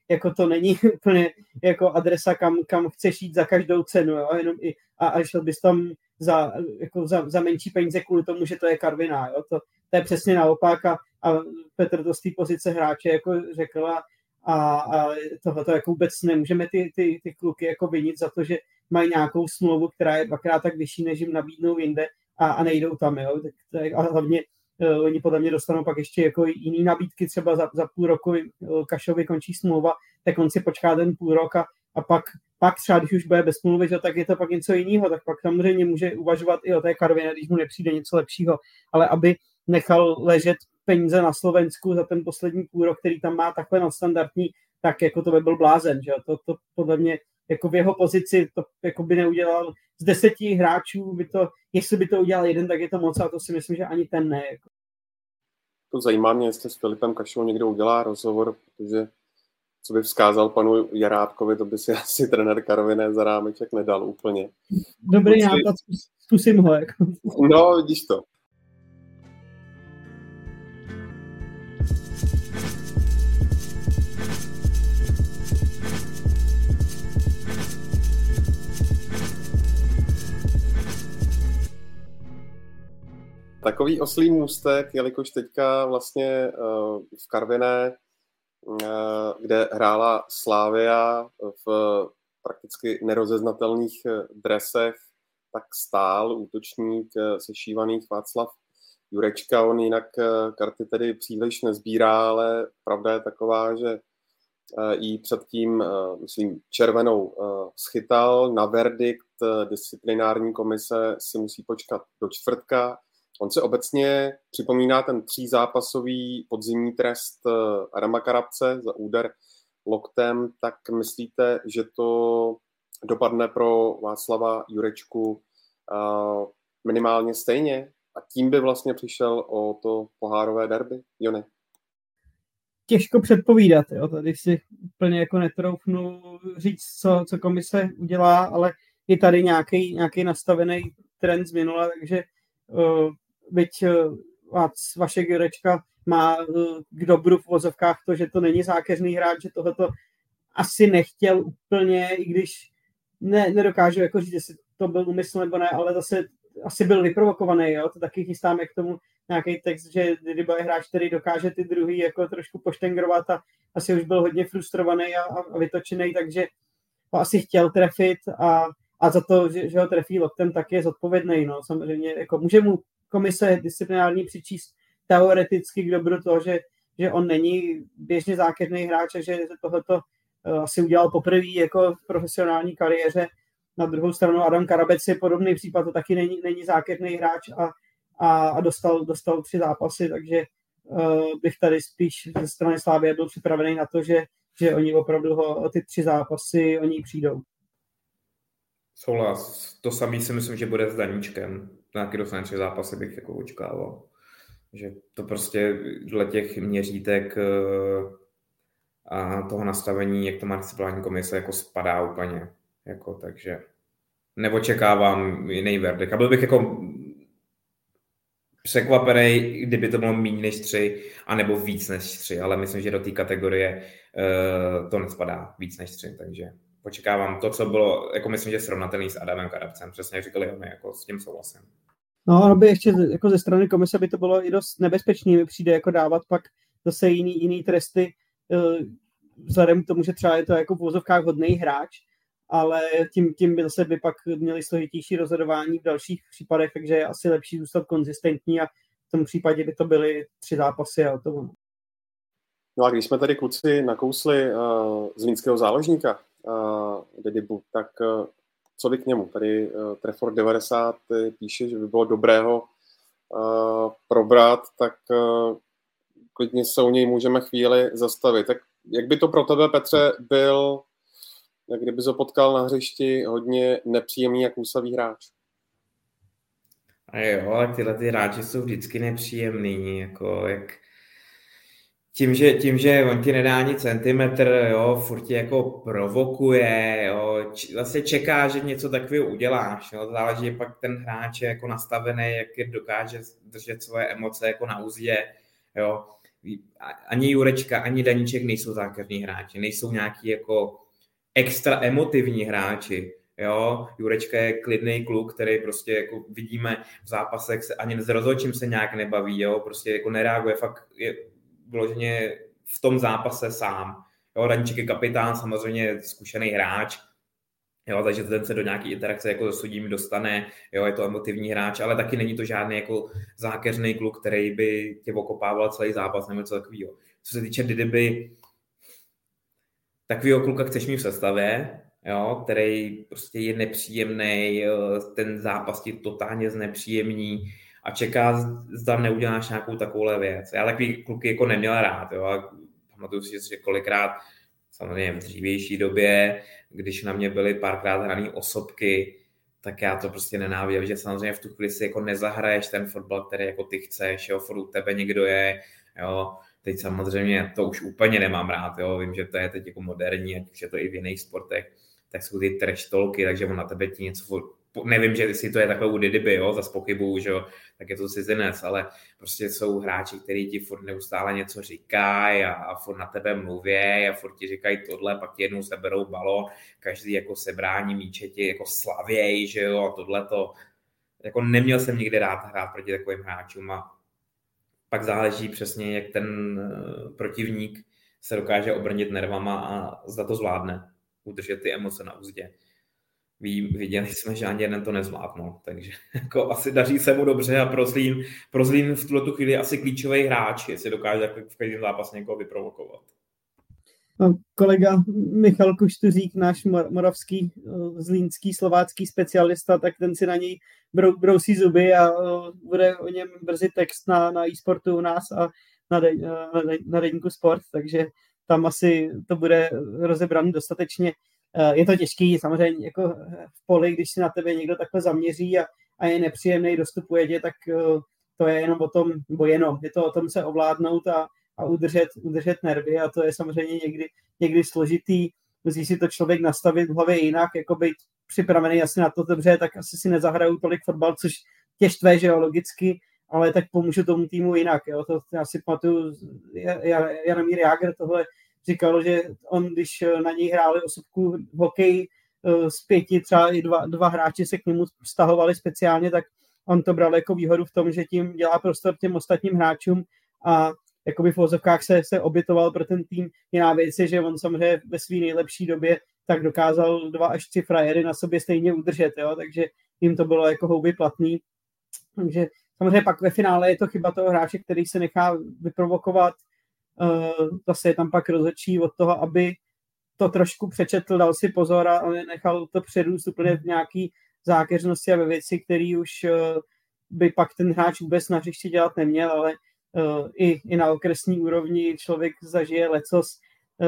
jako to není úplně jako adresa, kam chceš jít za každou cenu, jo? Jenom a šel bys tam za menší peníze kvůli tomu, že to je Karviná, jo? To je přesně naopak a Petr to z té pozice hráče jako řekl a tohleto jako vůbec nemůžeme ty kluky jako vinit za to, že mají nějakou smlouvu, která je dvakrát tak vyšší, než jim nabídnou jinde a nejdou tam, jo? A hlavně oni podle mě dostanou pak ještě jako jiný nabídky, třeba za půl roku Kašovi končí smlouva, tak on si počká ten půl rok a pak třeba, když už bude bez smlouvy, tak je to pak něco jiného, tak pak samozřejmě může uvažovat i o té Karviné, když mu nepřijde něco lepšího, ale aby nechal ležet peníze na Slovensku za ten poslední půl rok, který tam má takhle nadstandardní, tak jako to by byl blázen, že jo? To podle mě jako v jeho pozici to jako by neudělal z 10 hráčů, jestli by to udělal jeden, tak je to moc a to si myslím, že ani ten ne. Jako. To zajímá mě, jestli s Filipem Kašou někdo udělá rozhovor, protože co by vzkázal panu Jarátkovi, to by si asi trenér Karviné za rámeček nedal úplně. Dobrý nápad, zkusím ho. Jako. No, vidíš to. Takový oslý můstek, jelikož teďka vlastně v Karviné, kde hrála Slavia v prakticky nerozeznatelných dresech, tak stál útočník sešívaných Václav Jurečka. On jinak karty tedy příliš nezbírá, ale pravda je taková, že jí předtím, myslím, červenou schytal. Na verdikt disciplinární komise si musí počkat do čtvrtka. On se obecně připomíná ten 3zápasový podzimní trest Adama Karabce za úder loktem, tak myslíte, že to dopadne pro Václava Jurečku minimálně stejně? A tím by vlastně přišel o to pohárové derby, Jony? Těžko předpovídat, jo. Tady si úplně jako netroufnu říct, co komise udělá, ale je tady nějaký nastavený trend z minula, takže byť Vašek Jurečka má k dobru v vozovkách to, že to není zákeřný hráč, že tohleto asi nechtěl úplně, i když nedokážu jako říct, jestli to byl úmysl nebo ne, ale zase asi byl vyprovokovaný, jo? To taky chystáme k tomu nějaký text, že Dydyba je hráč, který dokáže ty druhý jako trošku poštengrovat a asi už byl hodně frustrovaný a vytočený, takže ho asi chtěl trefit a za to, že ho trefí loktem, tak je zodpovědný. No. Samozřejmě jako může mu komise disciplinární přičíst teoreticky k dobru toho, že on není běžně zákeřný hráč a že tohleto asi udělal poprvé jako v profesionální kariéře. Na druhou stranu Adam Karabec je podobný případ, to taky není zákeřný hráč a dostal 3 zápasy, takže bych tady spíš ze strany Slavie byl připravený na to, že oni opravdu o ty 3 zápasy oni přijdou. Souhlas. To samý si myslím, že bude s Daníčkem. Nějaký dostane 3 zápasy bych jako očekával. Že to prostě dle těch měřítek a toho nastavení, jak to má disciplinární komise, jako spadá úplně. Jako, takže neočekávám jiný verdikt. A byl bych jako překvapený, kdyby to bylo méně než 3, anebo víc než 3, ale myslím, že do té kategorie to nespadá víc než 3, takže očekávám to, co bylo, jako myslím, že srovnatelný s Adamem Karabcem, přesně jak říkali my, jako s tím souhlasem. No, ale by ještě jako ze strany komise by to bylo i dost nebezpečný, mi přijde jako dávat pak zase jiný tresty, vzhledem k tomu, že třeba je to jako v vozovkách hodný hráč, ale tím by zase by pak měli složitější rozhodování v dalších případech, takže je asi lepší zůstat konzistentní a v tom případě by to byly 3 zápasy a hotovo. No a když jsme tady kluci nakousli zlínského záložníka Dydybu, tak co by k němu? Tady Trefort 90 píše, že by bylo dobré ho probrat, tak klidně se u něj můžeme chvíli zastavit. Tak jak by to pro tebe, Petře, byl, kdyby ho potkal na hřišti hodně nepříjemný a kousavý hráč? A jo, ale tyhle ty hráči jsou vždycky nepříjemný, jako jak tím, že on ti nedá ani centimetr, jo, furt tě jako provokuje, jo, zase čeká, že něco takového uděláš, jo, záleží, že pak ten hráč je jako nastavený, jak dokáže držet svoje emoce jako na uzdě, jo. ani Jurečka, ani Daníček nejsou zákeřní hráči, nejsou nějaký jako extra emotivní hráči. Jo, Jurečka je klidný kluk, který prostě jako vidíme v zápasech se ani s rozhodčím se nějak nebaví, jo, prostě jako nereaguje, fakt je vyloženě v tom zápase sám. Jo, Daníček je kapitán, samozřejmě zkušený hráč, jo, takže ten se do nějaký interakce jako s sudím dostane, jo, je to emotivní hráč, ale taky není to žádný jako zákeřný kluk, který by tě okopával celý zápas nebo něco takového. Co se týče Didyby, takovýho kluka chceš mít v sestavě, jo, který prostě je nepříjemný, ten zápas ti totálně znepříjemní a čeká, zda neuděláš nějakou takovouhle věc. Já takový kluky jako neměl rád, jo, a pamatuju si, že kolikrát, samozřejmě v dřívější době, když na mě byly párkrát hraný osobky, tak já to prostě nenáviděl, že samozřejmě v tu chvíli si jako nezahraješ ten fotbal, který jako ty chceš, jo, furt u tebe někdo je, jo. Teď samozřejmě to už úplně nemám rád, jo, vím, že to je teď jako moderní, ať už je to i v jiných sportech, tak jsou ty trash talky, takže on na tebe ti něco, nevím, že jestli to je takové u Didyby, jo, zas pochybuju, že jo, tak je to cizinec, ale prostě jsou hráči, kteří ti furt neustále něco říkají a furt na tebe mluví a furt ti říkají tohle, pak ti jednou seberou balón, každý jako sebrání míče ti jako slavěj, že jo, a tohleto, jako neměl jsem nikdy rád hrát proti takovým hráčům a pak záleží přesně, jak ten protivník se dokáže obrnit nervama a zda to zvládne, udržet ty emoce na úzdě. Viděli jsme, že ani jeden to nezvládnul, takže jako asi daří se mu dobře a pro Zlín v tuto chvíli asi klíčový hráč, jestli dokáže v každém zápase někoho vyprovokovat. No, kolega Michal Kuštuřík, náš moravský, zlínský, slovácký specialista, tak ten si na něj brousí zuby a bude o něm brzy text na e-sportu u nás a na deníku Sport, takže tam asi to bude rozebraný dostatečně. Je to těžký, samozřejmě jako v poli, když si na tebe někdo takhle zaměří a je nepříjemný, dostupuje tě, tak to je jenom o tom, je to o tom se ovládnout a udržet nervy a to je samozřejmě někdy složitý. Musí si to člověk nastavit v hlavě jinak, jako být připravený asi na to dobře, tak asi si nezahraju tolik fotbal, což tě štve, že jo, logicky, ale tak pomůžu tomu týmu jinak. Jo. To já si pamatuju, Jaromír Jágr tohle říkal, že on, když na něj hráli osobku v hokeji z 5, třeba i dva hráči se k němu stahovali speciálně, tak on to bral jako výhodu v tom, že tím dělá prostor těm ostatním hráčům a jakoby v vozovkách se obětoval pro ten tým. Jiná věc je, že on samozřejmě ve své nejlepší době tak dokázal 2 až 3 frajery na sobě stejně udržet, jo? Takže jim to bylo jako houby platný. Takže samozřejmě pak ve finále je to chyba toho hráče, který se nechá vyprovokovat. Zase je tam pak rozhodčí od toho, aby to trošku přečetl, dal si pozor a nechal to přerůst úplně v nějaký zákeřnosti a ve věci, který už by pak ten hráč vůbec na hřišti dělat neměl, ale i na okresní úrovni člověk zažije lecos.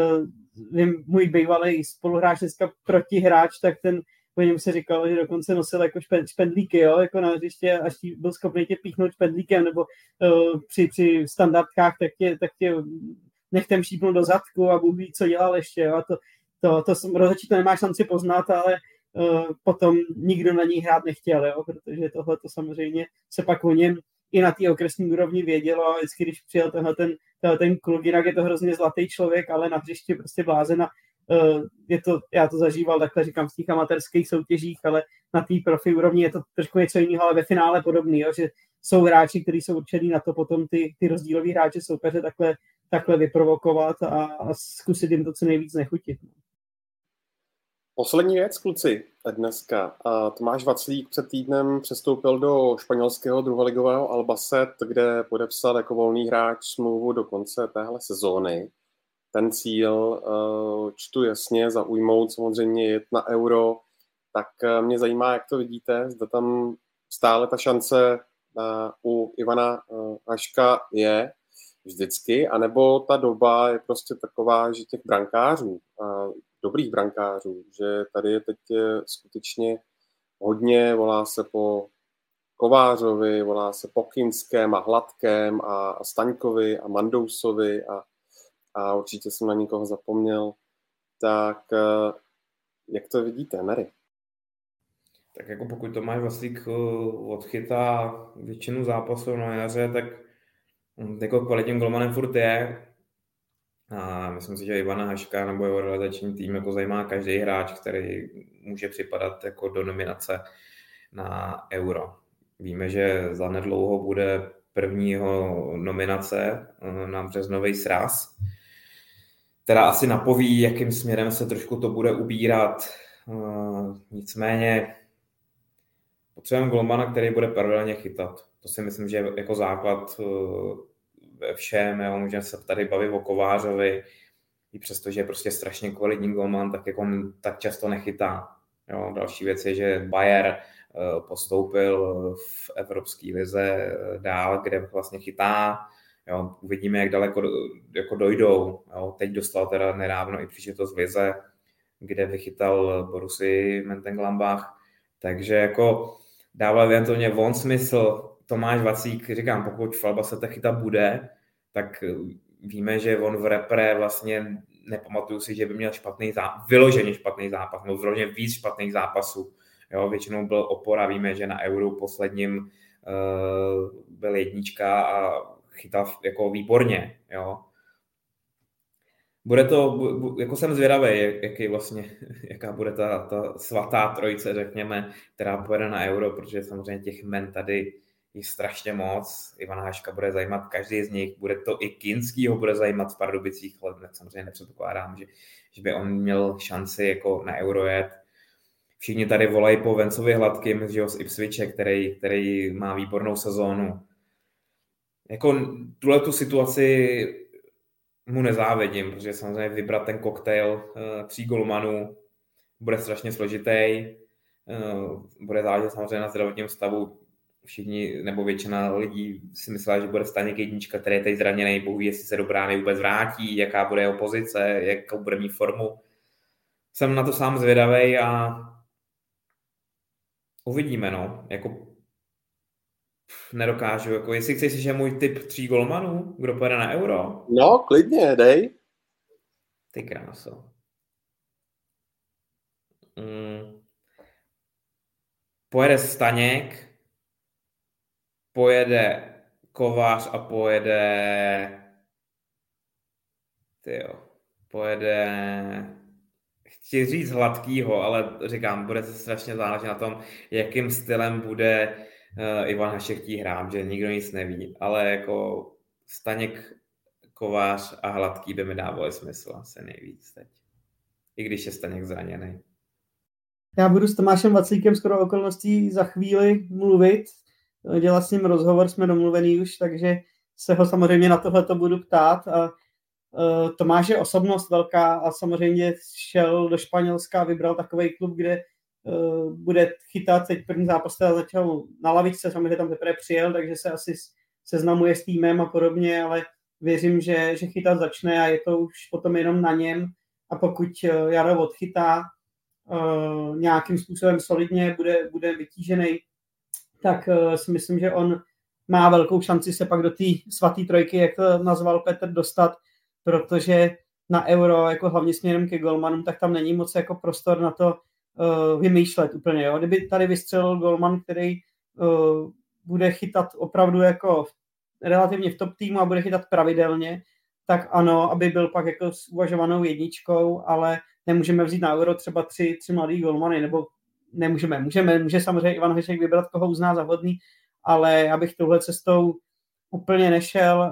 Můj bývalý spoluhráč, dneska protihráč, tak ten po něm se říkalo, že dokonce nosil jako špendlíky, jo, jako na hřiště, až byl schopný tě píchnout špendlíkem, nebo při standardkách, tak tě nechtem šípnout do zadku a Bůh ví, co dělal ještě, jo. To rozhodčí to nemá šanci poznat, ale potom nikdo na něj hrát nechtěl, jo, protože tohle to samozřejmě se pak o něm i na té okresní úrovni vědělo a vždycky, když přijel ten kluk, jinak je to hrozně zlatý člověk, ale na hřišti prostě blázen. Já to zažíval, takhle říkám, v těch amatérských soutěžích, ale na té profi úrovni je to trošku něco jiného, ale ve finále podobný, jo, že jsou hráči, kteří jsou určený na to potom ty rozdílový hráče soupeře takhle vyprovokovat a zkusit jim to co nejvíc nechutit. Poslední věc, kluci, dneska. Tomáš Vaclík před týdnem přestoupil do španělského druholigového Albacete, kde podepsal jako volný hráč smlouvu do konce téhle sezóny. Ten cíl, čtu jasně, zaujmout, samozřejmě jet na Euro, tak mě zajímá, jak to vidíte, zda tam stále ta šance u Ivana Haška je vždycky, anebo ta doba je prostě taková, že těch brankářů, dobrých brankářů, že tady je teď skutečně hodně, volá se po Kovářovi, volá se po Kinském a Hladkém a Staňkovi a Mandousovi a určitě jsem na někoho zapomněl. Tak jak to vidíte, Mary? Tak jako pokud Tomáš Vaclík odchytá většinu zápasů na jaře, tak Jako kvalitním golmanem furt je. A myslím si, že Ivana Haška nebo jeho realizační tým jako zajímá každý hráč, který může připadat jako do nominace na Euro. Víme, že zanedlouho bude prvního nominace na březnový sraz, která asi napoví, jakým směrem se trošku to bude ubírat. Nicméně potřebujeme golmana, který bude pravidelně chytat. To si myslím, že je jako základ ve všem. Jo. Můžeme se tady bavit o Kovářovi, i přesto, že je prostě strašně kvalitní golman, tak jako tak často nechytá. Jo. Další věc je, že Bayer postoupil v Evropské lize dál, kde vlastně chytá. Jo. Uvidíme, jak daleko jako dojdou. Jo. Teď dostal teda nedávno i příležitost v lize, kde vychytal Borussii Mönchengladbach. Takže jako dává eventuálně von smysl. Tomáš Vacík, říkám, pokud v Albacete chytat bude, tak víme, že on v repre vlastně nepamatuju si, že by měl vyloženě špatný zápas, nebo vyloženě víc špatných zápasů. Jo, většinou byl opora, víme, že na Euro posledním byl jednička a chytal jako výborně. Jo. Bude to, jako jsem zvědavý, jaká bude ta svatá trojice, řekněme, která pojede na Euro, protože samozřejmě těch men tady je strašně moc. Ivan Haška bude zajímat každý z nich, bude to i Kinskýho bude zajímat v Pardubicích, ale samozřejmě nepředpokládám, že by on měl šanci jako na Euro jet. Všichni tady volají po Vencovi Hladkým z Ipswiche, který má výbornou sezónu. Jako tuhletu situaci mu nezávidím, protože samozřejmě vybrat ten koktejl 3 golmanů bude strašně složitý. Bude záležet samozřejmě na zdravotním stavu. Všichni nebo většina lidí si myslela, že bude Staněk jednička, který je teď zraněný, bohu ví, jestli se do brány vůbec vrátí, jaká bude jeho pozice, jakou bude mít formu. Jsem na to sám zvědavej a uvidíme, no. Jako nedokážu, jako jestli chceš, že je můj tip 3 golmanů, kdo pojede na Euro? No, klidně, dej. Ty kráso. Pojede Staněk, pojede Kovář a chci říct Hladkýho, ale říkám, bude se strašně záležet na tom, jakým stylem bude Ivan Hašek chtít hrát, že nikdo nic neví, ale jako Staněk, Kovář a Hladký by mi dávalo smysl asi nejvíc teď. I když je Staněk zraněný. Já budu s Tomášem Vaclíkem skoro okolností za chvíli mluvit, dělat s ním rozhovor, jsme domluvený už, takže se ho samozřejmě na tohleto budu ptát. A Tomáš je osobnost velká a samozřejmě šel do Španělska a vybral takový klub, kde bude chytat. Teď první zápas teda začal na lavičce, samozřejmě tam teprve přijel, takže se asi seznamuje s týmem a podobně, ale věřím, že chytat začne a je to už potom jenom na něm. A pokud Jaro odchytá nějakým způsobem solidně, bude vytížený, tak si myslím, že on má velkou šanci se pak do té svaté trojky, jak to nazval Petr, dostat, protože na Euro, jako hlavně směrem ke golmanům, tak tam není moc jako prostor na to vymýšlet úplně. Jo? Kdyby tady vystřelil golman, který bude chytat opravdu jako relativně v top týmu a bude chytat pravidelně, tak ano, aby byl pak jako s uvažovanou jedničkou, ale nemůžeme vzít na Euro třeba tři mladý golmany, nebo může samozřejmě Ivan Hašek vybrat, koho uzná za vhodný, ale já bych touhle cestou úplně nešel.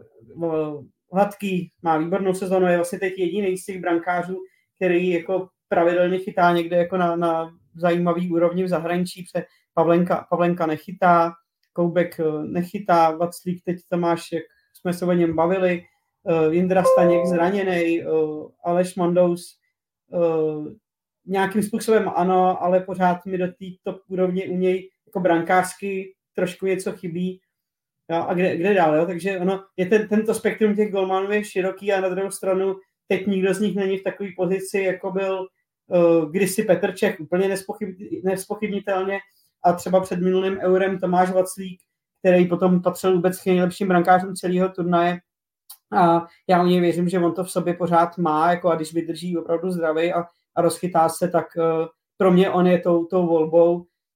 Hladký má výbornou sezonu, je vlastně teď jediný z těch brankářů, který jako pravidelně chytá někde jako na zajímavý úrovni v zahraničí, protože Pavlenka nechytá, Koubek nechytá, Vaclík teď Tomáš, jak jsme se o něm bavili, Jindra Staněk zraněnej, Aleš Mandous nějakým způsobem ano, ale pořád mi do té top úrovně u něj jako brankářsky trošku něco chybí. Jo, a kde dál, jo? Takže ono, je tento spektrum těch golmanů je široký a na druhou stranu teď nikdo z nich není v takové pozici, jako byl kdysi Petr Čech, úplně nespochybnitelně, a třeba před minulým Eurem Tomáš Vaclík, který potom patřil vůbec k nejlepším brankářům celého turnaje. A já u něj věřím, že on to v sobě pořád má, jako a když vydrží opravdu zdravý a rozchytá se, tak pro mě on je tou volbou.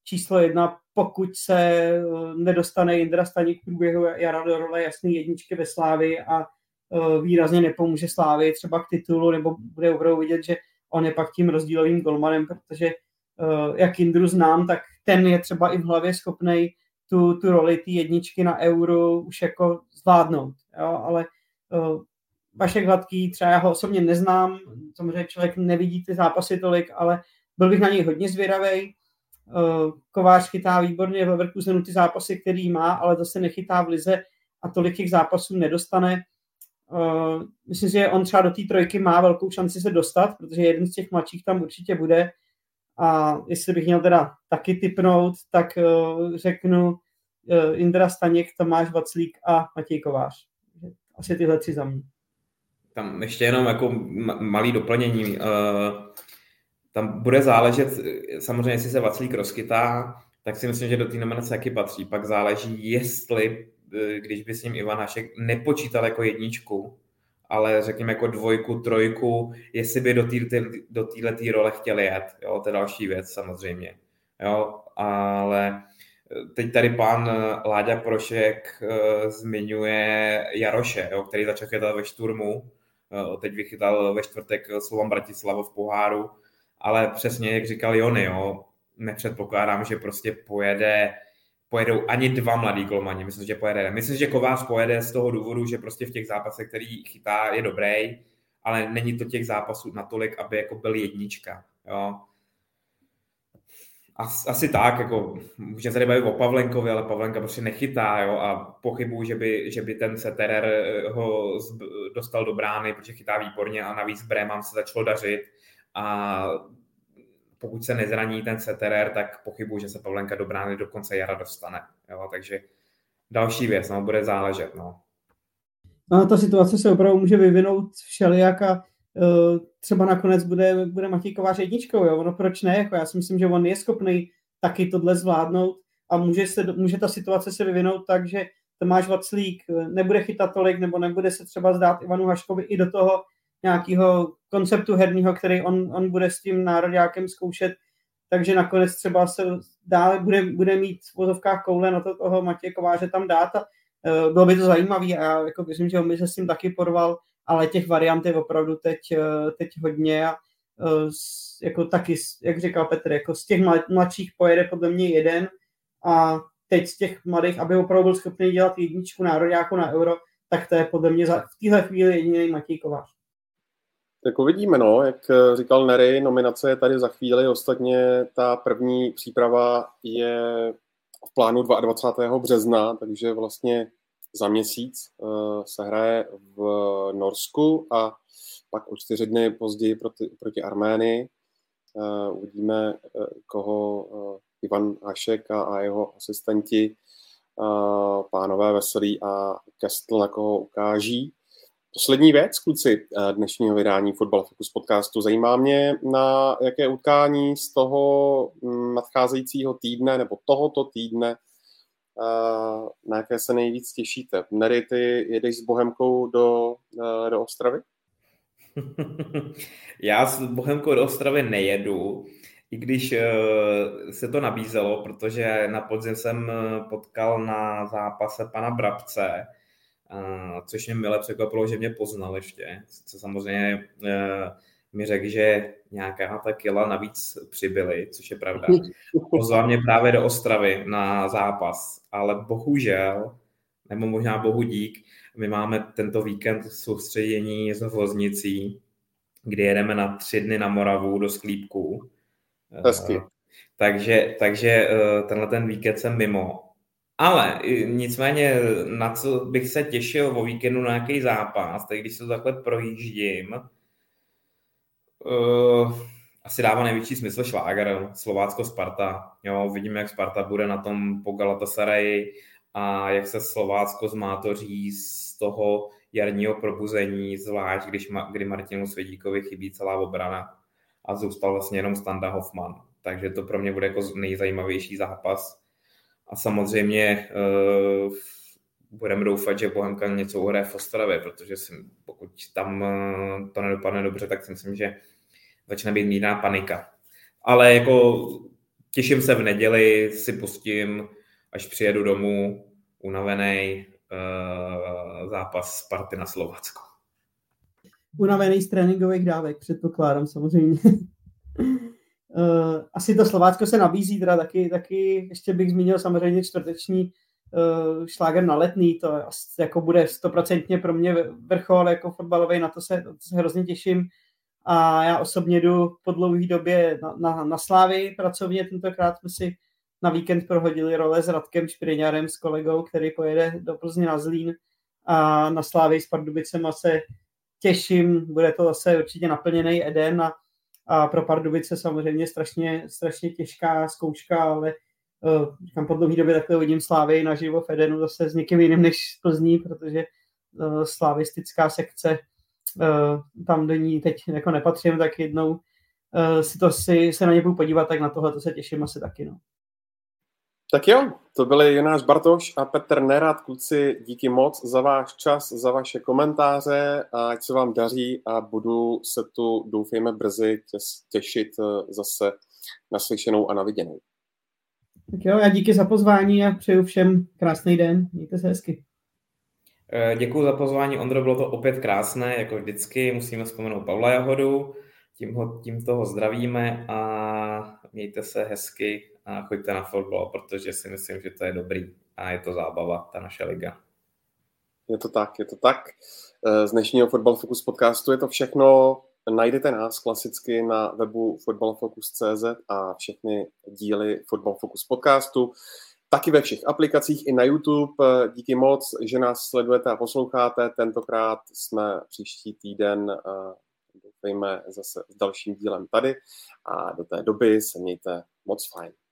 číslo 1, pokud se nedostane Jindra Staněk v průběhu jara do role jasný jedničky ve Slávii a výrazně nepomůže Slávii třeba k titulu, nebo bude opravdu vidět, že on je pak tím rozdílovým golmanem, protože jak Jindru znám, tak ten je třeba i v hlavě schopnej tu roli té jedničky na Euro už jako zvládnout. Jo? Ale Vašek Hladký, třeba já ho osobně neznám, samozřejmě člověk nevidí ty zápasy tolik, ale byl bych na něj hodně zvědavej. Kovář chytá výborně ve Leverkusenu ty zápasy, který má, ale zase nechytá v lize a tolik těch zápasů nedostane. Myslím si, že on třeba do té trojky má velkou šanci se dostat, protože jeden z těch mladších tam určitě bude. A jestli bych měl teda taky tipnout, tak řeknu Jindra Staněk, Tomáš Vaclík a Matěj Kovář. Asi tyhle 3 za mě. Tam ještě jenom jako malý doplnění. Tam bude záležet, samozřejmě, jestli se Vaclík rozkytá, tak si myslím, že do té nominace taky patří. Pak záleží, jestli, když by s ním Ivan Hašek nepočítal jako jedničku, ale řekněme jako 2, 3, jestli by do této role chtěli jet. Jo, to je další věc samozřejmě. Jo, ale teď tady pan Láďa Prošek zmiňuje Jaroše, jo, který začal chytat ve Šturmu. Teď vychytal ve čtvrtek Slovan Bratislava v poháru, ale přesně, jak říkal Jony, jo, nepředpokládám, že prostě pojedou ani 2 mladí golmani. Myslím, že pojede. Myslím, že Kovář pojede z toho důvodu, že prostě v těch zápasech, který chytá, je dobrý, ale není to těch zápasů natolik, aby jako byl jednička. Jo. Asi tak, jako můžeme se tady bavit o Pavlenkovi, ale Pavlenka prostě nechytá, jo, a pochybuju, že by ten Seterer ho dostal do brány, protože chytá výborně a navíc Brémám se začalo dařit a pokud se nezraní ten Seterer, tak pochybuju, že se Pavlenka do brány do konce jara dostane, jo, takže další věc, no, bude záležet, no. No, ta situace se opravdu může vyvinout všelijak a třeba nakonec bude Matěj Kovář jedničkou, jo? Ono proč ne? Jako já si myslím, že on je schopný taky tohle zvládnout a může ta situace se vyvinout tak, že Tomáš Vaclík nebude chytat tolik nebo nebude se třeba zdát Ivanu Haškovi i do toho nějakého konceptu herního, který on bude s tím nároďákem zkoušet, takže nakonec třeba se dále bude mít v vozovkách koule na to toho Matěje Kováře tam dát a bylo by to zajímavý a já jako myslím, že on by se s tím taky porval, ale těch variant je opravdu teď hodně a jako taky, jak říkal Petr, jako z těch mladších pojede podle mě jeden a teď z těch mladých, aby opravdu byl schopný dělat jedničku nároďáku na Euro, tak to je podle mě v téhle chvíli jediný Matěj Kovář. Tak uvidíme, no, jak říkal Nery, nominace je tady za chvíli, ostatně ta první příprava je v plánu 22. března, takže vlastně za měsíc se hraje v Norsku a pak o 4 dny později proti Arménii. Uvidíme, koho Ivan Hašek a jeho asistenti pánové Veselý a Kestl na koho ukáží. Poslední věc, kluci, dnešního vydání Fotbal Focus podcastu. Zajímá mě, na jaké utkání z toho nadcházejícího týdne nebo tohoto týdne, na jaké se nejvíc těšíte. Nery, ty jedeš s Bohemkou do Ostravy? Já s Bohemkou do Ostravy nejedu, i když se to nabízelo, protože na podzim jsem potkal na zápase pana Brabce, což mě mile překvapilo, že mě poznal ještě, co samozřejmě mi řekl, že nějaká ta kila navíc přibyly, což je pravda. Pozval mě právě do Ostravy na zápas, ale bohužel, nebo možná bohu dík, my máme tento víkend soustředění s Voznicí, kdy jedeme na 3 dny na Moravu do Sklípků. Hezky. Takže tenhle ten víkend jsem mimo. Ale nicméně, na co bych se těšil o víkendu na nějaký zápas, tak když se to takhle projíždím, asi dává největší smysl Šváger, Slovácko-Sparta. Jo, vidíme, jak Sparta bude na tom po Galatasarayi a jak se Slovácko zmátoří z toho jarního probuzení, zvlášť kdy Martinu Svědíkovi chybí celá obrana a zůstal vlastně jenom Standa Hoffman. Takže to pro mě bude jako nejzajímavější zápas. A samozřejmě budeme doufat, že Bohemka něco uhraje v Ostravě, protože pokud tam to nedopadne dobře, tak si myslím, že začne být mírná panika. Ale jako těším se v neděli, si pustím, až přijedu domů, unavený zápas Sparty na Slovácko. Unavený z tréninkových dávek, předpokládám samozřejmě. Asi to Slovácko se nabízí, teda taky ještě bych zmínil samozřejmě čtvrteční šláger na Letný, to jako bude 100% pro mě vrchol jako fotbalový, na to se hrozně těším. A já osobně jdu po dlouhé době na Slávy pracovně, tentokrát jsme si na víkend prohodili role s Radkem Špriňarem, s kolegou, který pojede do Plzně na Zlín, a na Slávy s Pardubicema se těším, bude to zase určitě naplněný Eden a pro Pardubice samozřejmě strašně těžká zkouška, ale říkám, po dlouhé době takhle vidím Slávy naživo v Edenu zase s někým jiným než z Plzní, protože slavistická sekce tam do ní teď jako nepatřím, tak jednou se na ně budu podívat, tak na tohle to se těším asi taky. No. Tak jo, to byli Jonáš Bartoš a Petr Nerad. Kluci, díky moc za váš čas, za vaše komentáře a ať se vám daří a budu se tu, doufejme, brzy těšit zase naslyšenou a na viděnou. Tak jo, já díky za pozvání a přeju všem krásný den. Mějte se hezky. Děkuji za pozvání, Ondro, bylo to opět krásné, jako vždycky. Musíme vzpomenout Pavla Jahodu, tímto ho zdravíme a mějte se hezky a choďte na fotbal, protože si myslím, že to je dobrý a je to zábava, ta naše liga. Je to tak. Z dnešního Football Focus podcastu je to všechno. Najdete nás klasicky na webu footballfocus.cz a všechny díly Football Focus podcastu. Taky ve všech aplikacích i na YouTube. Díky moc, že nás sledujete a posloucháte. Tentokrát jsme příští týden, doufejme, zase s dalším dílem tady. A do té doby se mějte moc fajn.